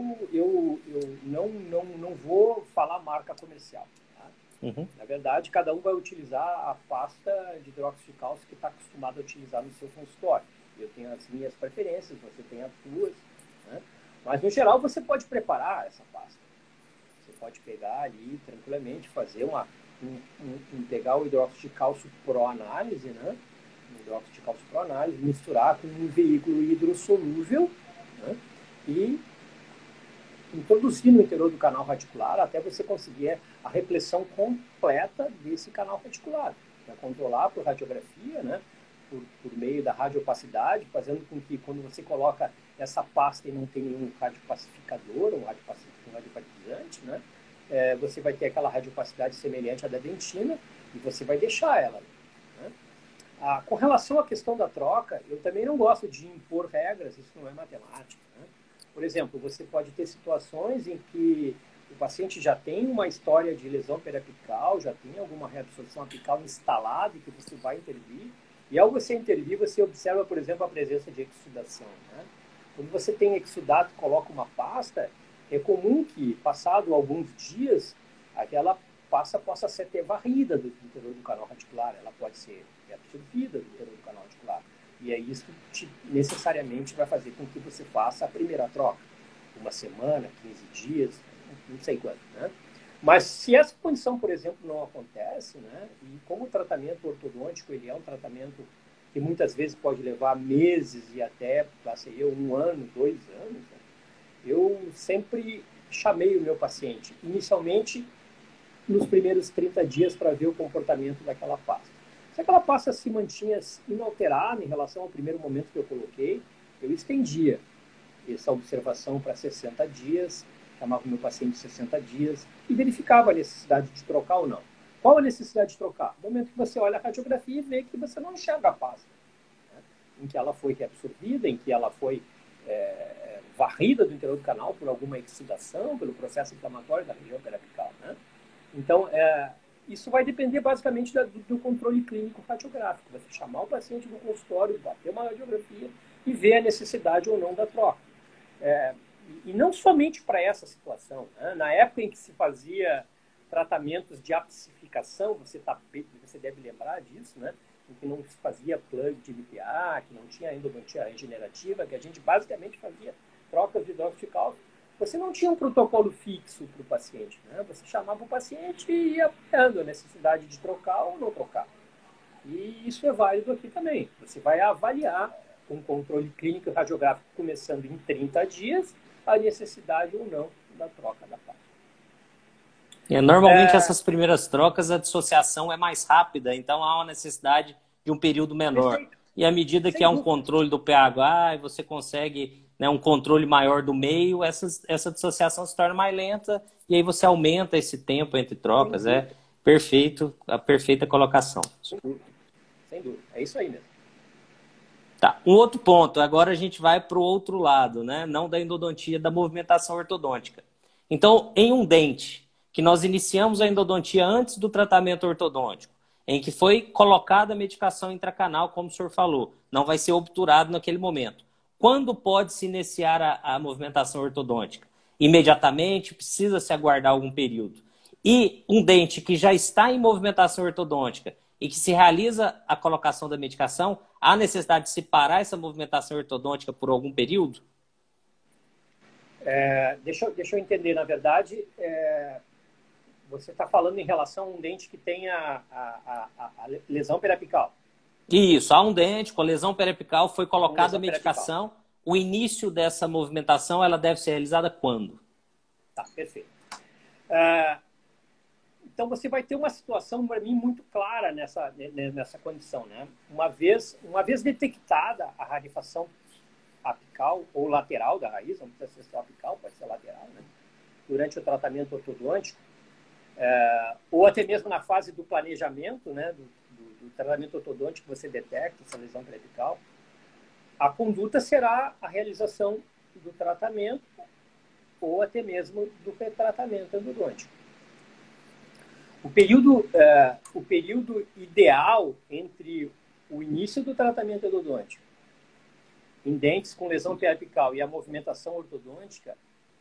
não vou falar marca comercial. Tá? Uhum. Na verdade, cada um vai utilizar a pasta de hidróxido de cálcio que está acostumado a utilizar no seu consultório. Eu tenho as minhas preferências, você tem as suas, né? Mas, no geral, você pode preparar essa pasta. Você pode pegar ali, tranquilamente, fazer pegar o hidróxido de cálcio pró-análise, né? O hidróxido de cálcio pró-análise, misturar com um veículo hidrossolúvel, né? E introduzir no interior do canal radicular até você conseguir a repressão completa desse canal radicular. Para controlar por radiografia, né? Por meio da radiopacidade, fazendo com que quando você coloca essa pasta e não tem nenhum radiopacificador, um radiopatizante, né, você vai ter aquela radiopacidade semelhante à da dentina e você vai deixar ela. Né? Com relação à questão da troca, eu também não gosto de impor regras, isso não é matemática. Né? Por exemplo, você pode ter situações em que o paciente já tem uma história de lesão periapical, já tem alguma reabsorção apical instalada e que você vai intervir. E ao você intervir, você observa, por exemplo, a presença de exudação. Né? Quando você tem exudato e coloca uma pasta, é comum que, passado alguns dias, aquela pasta possa ser até varrida do interior do canal radicular. Ela pode ser absorvida do interior do canal radicular. E aí isso necessariamente vai fazer com que você faça a primeira troca. Uma semana, 15 dias, não sei quanto, né? Mas se essa condição, por exemplo, não acontece, né, e como o tratamento ortodôntico ele é um tratamento que muitas vezes pode levar meses e até, lá sei eu, 1 ano, 2 anos, né? Eu sempre chamei o meu paciente, inicialmente, nos primeiros 30 dias para ver o comportamento daquela pasta. Se aquela pasta se mantinha inalterada em relação ao primeiro momento que eu coloquei, eu estendia essa observação para 60 dias, chamava o meu paciente de 60 dias e verificava a necessidade de trocar ou não. Qual a necessidade de trocar? No momento que você olha a radiografia e vê que você não enxerga a pasta, né? Em que ela foi reabsorvida, em que ela foi varrida do interior do canal por alguma exsudação, pelo processo inflamatório da região periapical, né? Então, isso vai depender basicamente do controle clínico radiográfico. Você chamar o paciente do consultório, bater uma radiografia e ver a necessidade ou não da troca. E não somente para essa situação, né? Na época em que se fazia tratamentos de apsificação, você deve lembrar disso, né? Em que não se fazia plug de BPA, que não tinha endodontia regenerativa, que a gente basicamente fazia trocas de hidróxido de cálcio. Você não tinha um protocolo fixo para o paciente, né? Você chamava o paciente e ia avaliando a necessidade de trocar ou não trocar. E isso é válido aqui também. Você vai avaliar com controle clínico e radiográfico começando em 30 dias a necessidade ou não da troca da pasta. Normalmente essas primeiras trocas, a dissociação é mais rápida, então há uma necessidade de um período menor. Perfeito. E à medida que há um controle do pH e você consegue, né, um controle maior do meio, essa dissociação se torna mais lenta e aí você aumenta esse tempo entre trocas. É perfeito, a perfeita colocação. Sem dúvida. Sem dúvida. É isso aí mesmo. Tá. Um outro ponto, agora a gente vai para o outro lado, né? Não da endodontia, da movimentação ortodôntica. Então, em um dente, que nós iniciamos a endodontia antes do tratamento ortodôntico, em que foi colocada a medicação intracanal, como o senhor falou, não vai ser obturado naquele momento. Quando pode-se iniciar a movimentação ortodôntica? Imediatamente, precisa se aguardar algum período. E um dente que já está em movimentação ortodôntica e que se realiza a colocação da medicação, há necessidade de se parar essa movimentação ortodôntica por algum período? Deixa eu entender, na verdade, você está falando em relação a um dente que tem a lesão periapical. Isso, há um dente com lesão periapical, foi colocada a medicação. Periapical. O início dessa movimentação, ela deve ser realizada quando? Tá, perfeito. Então, você vai ter uma situação, para mim, muito clara nessa condição, né? Uma vez detectada a rarefação apical ou lateral da raiz, não precisa ser só apical, pode ser lateral, né? Durante o tratamento ortodôntico, ou até mesmo na fase do planejamento, né, do tratamento ortodôntico, você detecta essa lesão periapical, a conduta será a realização do tratamento ou até mesmo do retratamento endodôntico. O período ideal entre o início do tratamento endodôntico em dentes com lesão periapical e a movimentação ortodôntica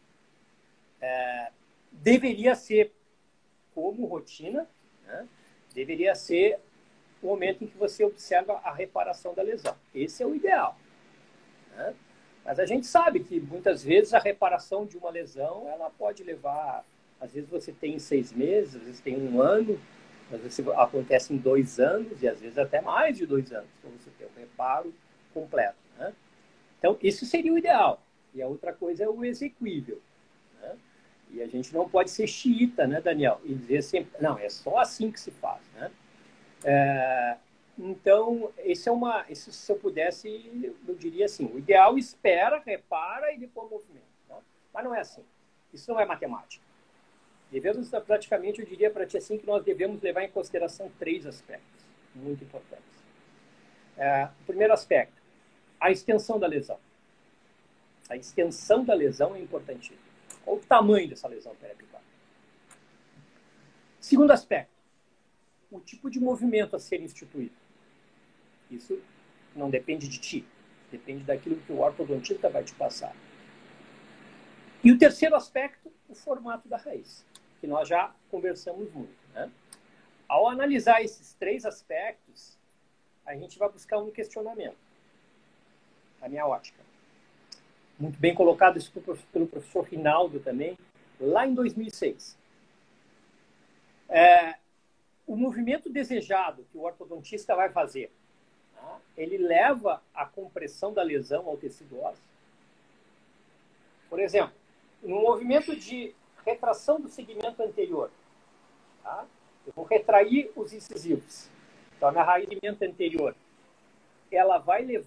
deveria ser, como rotina, né, deveria ser o momento em que você observa a reparação da lesão. Esse é o ideal, né? Mas a gente sabe que muitas vezes a reparação de uma lesão ela pode levar, às vezes você tem 6 meses, às vezes tem 1 ano, às vezes acontece em 2 anos e às vezes até mais de 2 anos para você ter um reparo completo, né? Então, isso seria o ideal. E a outra coisa é o exequível, né? E a gente não pode ser xiita, né, Daniel? E dizer sempre, não, é só assim que se faz, né? Então, se eu pudesse, eu diria assim, o ideal espera, repara e depois movimenta, tá? Mas não é assim. Isso não é matemática. Devemos, praticamente, eu diria para ti assim, que nós devemos levar em consideração 3 aspectos muito importantes. O primeiro aspecto, a extensão da lesão. A extensão da lesão é importantíssima. Qual o tamanho dessa lesão periapical? Segundo aspecto, o tipo de movimento a ser instituído. Isso não depende de ti, depende daquilo que o ortodontista vai te passar. E o terceiro aspecto, o formato da raiz, que nós já conversamos muito, né? Ao analisar esses 3 aspectos, a gente vai buscar um questionamento. A minha ótica. Muito bem colocado isso pelo professor Rinaldo também, lá em 2006. O movimento desejado que o ortodontista vai fazer, tá? Ele leva a compressão da lesão ao tecido ósseo. Por exemplo, no movimento de retração do segmento anterior, tá? Eu vou retrair os incisivos. Então, a minha raiz de segmento anterior, ela vai levar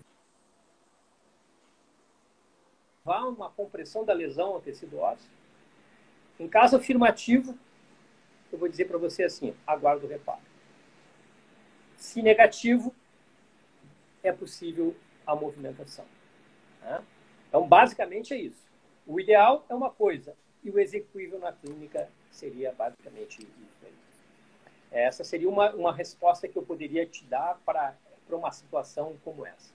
uma compressão da lesão ao tecido ósseo. Em caso afirmativo, eu vou dizer para você assim, aguardo o reparo. Se negativo, é possível a movimentação. Né? Então, basicamente é isso. O ideal é uma coisa, e o execuível na clínica seria basicamente isso aí. Essa seria uma resposta que eu poderia te dar para uma situação como essa.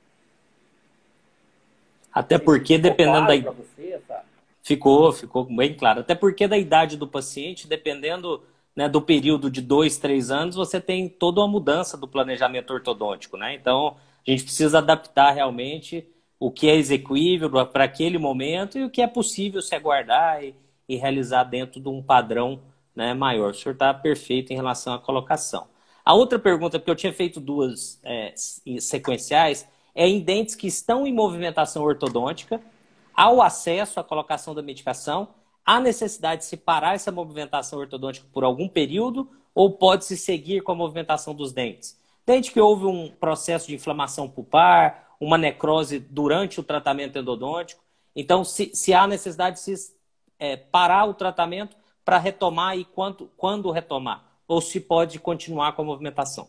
Até porque, dependendo claro da... Você, tá? Ficou bem claro. Até porque da idade do paciente, dependendo, né, do período de 2, 3 anos, você tem toda uma mudança do planejamento ortodôntico, né? Então, a gente precisa adaptar realmente o que é execuível para aquele momento e o que é possível se aguardar e realizar dentro de um padrão, né, maior. O senhor está perfeito em relação à colocação. A outra pergunta, porque eu tinha feito duas sequenciais, é em dentes que estão em movimentação ortodôntica, ao acesso à colocação da medicação, há necessidade de se parar essa movimentação ortodôntica por algum período ou pode-se seguir com a movimentação dos dentes? Dente que houve um processo de inflamação pulpar, uma necrose durante o tratamento endodôntico. Então, se há necessidade de se parar o tratamento para retomar e quando retomar? Ou se pode continuar com a movimentação?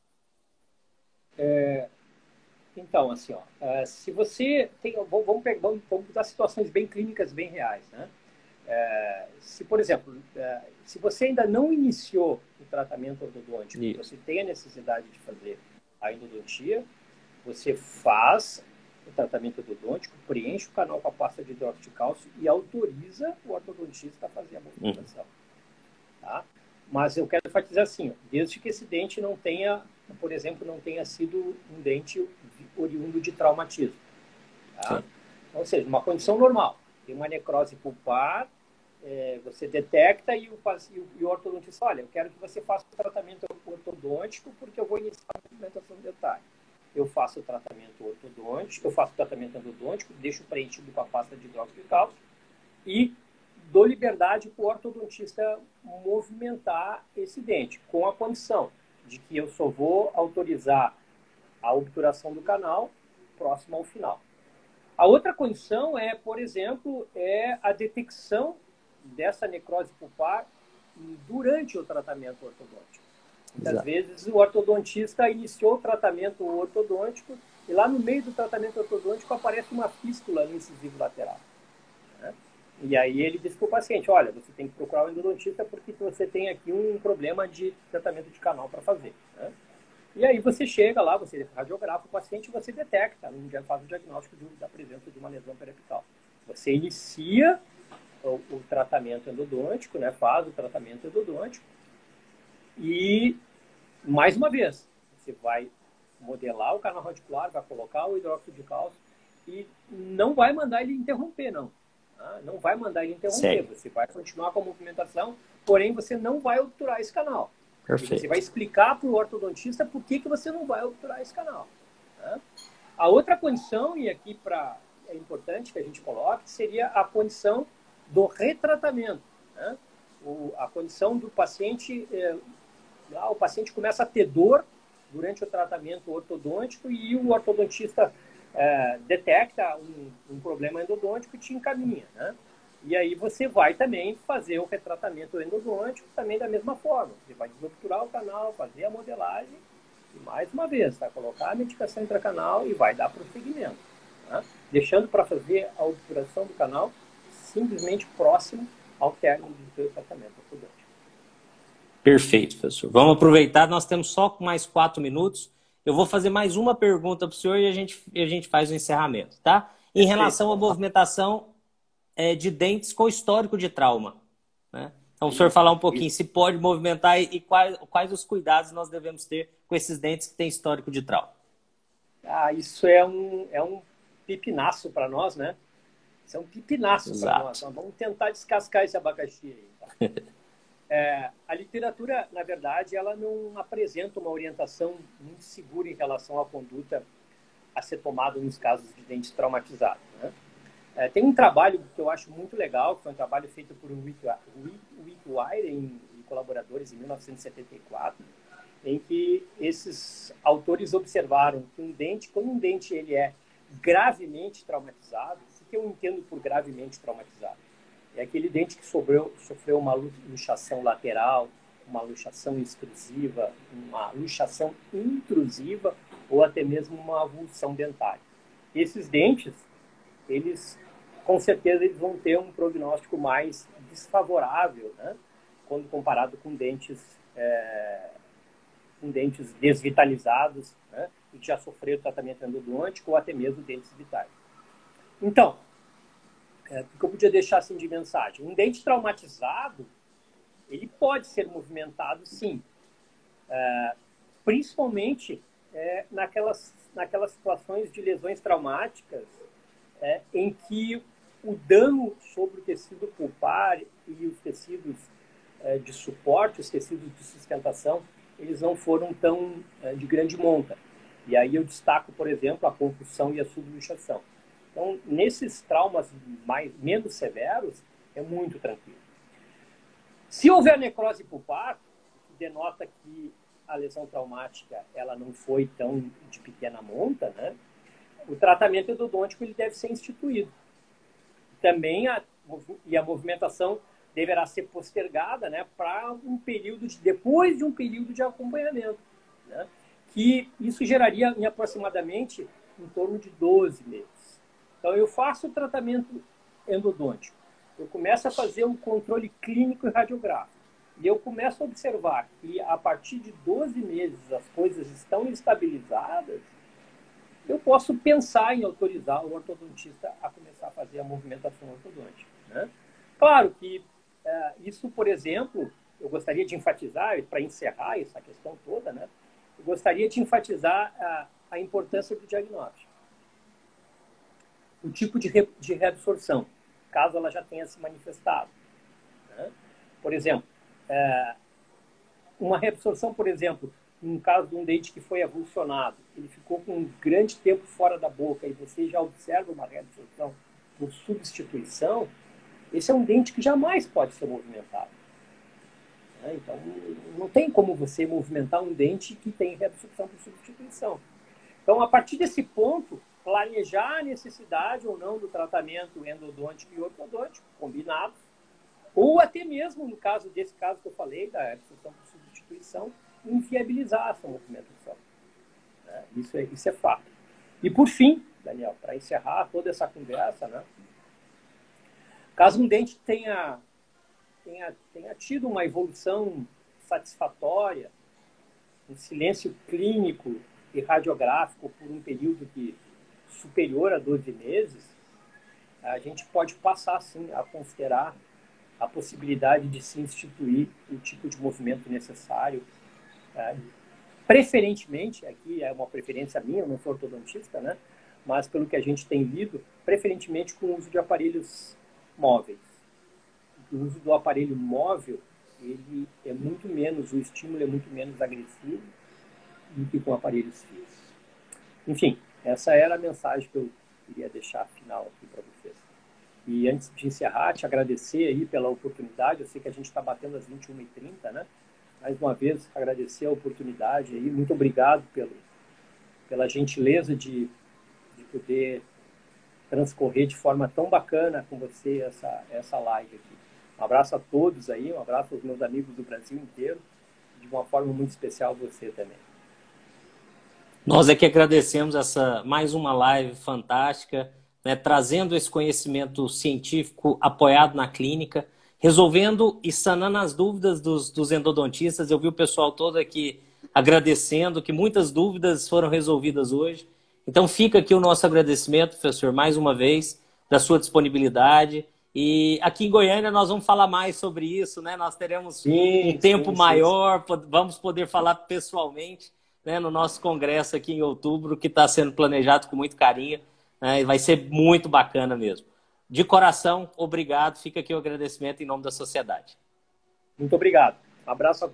Então, assim, ó, se você tem... Vamos usar situações bem clínicas, bem reais, né? Se, por exemplo, se você ainda não iniciou o tratamento ortodôntico, você tem a necessidade de fazer a endodontia, você faz o tratamento ortodôntico, preenche o canal com a pasta de hidróxido de cálcio e autoriza o ortodontista a fazer a movimentação. Tá? Mas eu quero enfatizar assim, ó, desde que esse dente não tenha, por exemplo, não tenha sido um dente oriundo de traumatismo. Tá? Ou seja, uma condição normal. Tem uma necrose pulpar, você detecta e o ortodontista, olha, eu quero que você faça o tratamento ortodôntico porque eu vou iniciar a movimentação dentária. Eu faço o tratamento ortodôntico, eu faço o tratamento endodôntico, deixo preenchido com a pasta de hidróxido de cálcio e dou liberdade para o ortodontista movimentar esse dente, com a condição de que eu só vou autorizar a obturação do canal próximo ao final. A outra condição é, por exemplo, a detecção dessa necrose pulpar durante o tratamento ortodôntico. Muitas vezes o ortodontista iniciou o tratamento ortodôntico e lá no meio do tratamento ortodôntico aparece uma fístula no incisivo lateral. Né? E aí ele diz para o paciente, olha, você tem que procurar o endodontista porque você tem aqui um problema de tratamento de canal para fazer. Né? E aí você chega lá, você radiografa o paciente e você detecta, faz o diagnóstico da presença de uma lesão periapical. Você inicia o tratamento endodôntico, né? Faz o tratamento endodôntico e, mais uma vez, você vai modelar o canal radicular, vai colocar o hidróxido de cálcio e não vai mandar ele interromper, não. Tá? Não vai mandar ele interromper. Sério? Você vai continuar com a movimentação, porém você não vai obturar esse canal. Perfeito. E você vai explicar para o ortodontista por que você não vai obturar esse canal. Tá? A outra condição, e aqui é importante que a gente coloque, seria a condição do retratamento. Né? A condição do paciente... o paciente começa a ter dor durante o tratamento ortodôntico e o ortodontista detecta um problema endodôntico e te encaminha. Né? E aí você vai também fazer o retratamento endodôntico também da mesma forma. Você vai desobturar o canal, fazer a modelagem e, mais uma vez, vai colocar a medicação intracanal e vai dar prosseguimento. Tá? Deixando para fazer a obturação do canal simplesmente próximo ao término do seu tratamento ortodôntico. Perfeito, professor. Vamos aproveitar, nós temos só mais 4 minutos. Eu vou fazer mais uma pergunta para o senhor e a gente faz o encerramento, tá? Em relação à movimentação de dentes com histórico de trauma. Né? Então, o senhor falar um pouquinho se pode movimentar e quais os cuidados nós devemos ter com esses dentes que têm histórico de trauma. Isso é um pipinaço para nós, né? Isso é um pipinaço para nós. Então, vamos tentar descascar esse abacaxi aí. Tá? A literatura, na verdade, ela não apresenta uma orientação muito segura em relação à conduta a ser tomada nos casos de dentes traumatizados, né? Tem um trabalho que eu acho muito legal, que foi um trabalho feito por Wickwire e colaboradores em 1974, em que esses autores observaram que quando um dente ele é gravemente traumatizado, o que eu entendo por gravemente traumatizado? É aquele dente que sofreu uma luxação lateral, uma luxação extrusiva, uma luxação intrusiva ou até mesmo uma avulsão dentária. Esses dentes, com certeza, eles vão ter um prognóstico mais desfavorável, né? Quando comparado com dentes desvitalizados, né? E que já sofreram tratamento endodôntico ou até mesmo dentes vitais. Então, o que eu podia deixar assim de mensagem? Um dente traumatizado, ele pode ser movimentado, sim. Principalmente naquelas situações de lesões traumáticas em que o dano sobre o tecido pulpar e os tecidos de suporte, os tecidos de sustentação, eles não foram tão de grande monta. E aí eu destaco, por exemplo, a concussão e a subluxação. Então, nesses traumas menos severos, é muito tranquilo. Se houver necrose pulpar, que denota que a lesão traumática ela não foi tão de pequena monta, né? O tratamento endodôntico ele deve ser instituído. Também a movimentação deverá ser postergada, né, para depois de um período de acompanhamento, né? Que isso geraria em aproximadamente em torno de 12 meses. Então, eu faço o tratamento endodôntico, eu começo a fazer um controle clínico e radiográfico, e eu começo a observar que, a partir de 12 meses, as coisas estão estabilizadas, eu posso pensar em autorizar o ortodontista a começar a fazer a movimentação ortodôntica, né? Claro que isso, por exemplo, eu gostaria de enfatizar, para encerrar essa questão toda, né? Eu gostaria de enfatizar a importância do diagnóstico. O tipo de reabsorção, caso ela já tenha se manifestado, né? Por exemplo, uma reabsorção, por exemplo, no caso de um dente que foi avulsionado, ele ficou com um grande tempo fora da boca e você já observa uma reabsorção por substituição, esse é um dente que jamais pode ser movimentado, né? Então, não tem como você movimentar um dente que tem reabsorção por substituição. Então, a partir desse ponto, planejar a necessidade ou não do tratamento endodôntico e ortodôntico combinados, ou até mesmo, no caso desse caso que eu falei, da reabsorção por substituição, inviabilizar essa movimentação. Isso é fato. E, por fim, Daniel, para encerrar toda essa conversa, né, caso um dente tenha tido uma evolução satisfatória, um silêncio clínico e radiográfico por um período superior a 12 meses, a gente pode passar, sim, a considerar a possibilidade de se instituir o tipo de movimento necessário. Preferentemente, aqui é uma preferência minha, eu não sou ortodontista, né? Mas pelo que a gente tem lido, preferentemente com o uso de aparelhos móveis. O uso do aparelho móvel, ele é muito menos, o estímulo é muito menos agressivo do que com aparelhos fixos. Enfim, essa era a mensagem que eu queria deixar final aqui para vocês. E antes de encerrar, te agradecer aí pela oportunidade. Eu sei que a gente está batendo às 21h30, né? Mais uma vez, agradecer a oportunidade aí. Muito obrigado pela gentileza de poder transcorrer de forma tão bacana com você essa live aqui. Um abraço a todos aí, um abraço aos meus amigos do Brasil inteiro, de uma forma muito especial você também. Nós é que agradecemos mais uma live fantástica, né, trazendo esse conhecimento científico apoiado na clínica, resolvendo e sanando as dúvidas dos endodontistas. Eu vi o pessoal todo aqui agradecendo, que muitas dúvidas foram resolvidas hoje. Então fica aqui o nosso agradecimento, professor, mais uma vez, da sua disponibilidade. E aqui em Goiânia nós vamos falar mais sobre isso, né? Nós teremos um tempo maior, vamos poder falar pessoalmente, né, no nosso congresso aqui em outubro, que está sendo planejado com muito carinho, né, e vai ser muito bacana mesmo. De coração, obrigado. Fica aqui o agradecimento em nome da sociedade. Muito obrigado. Um abraço a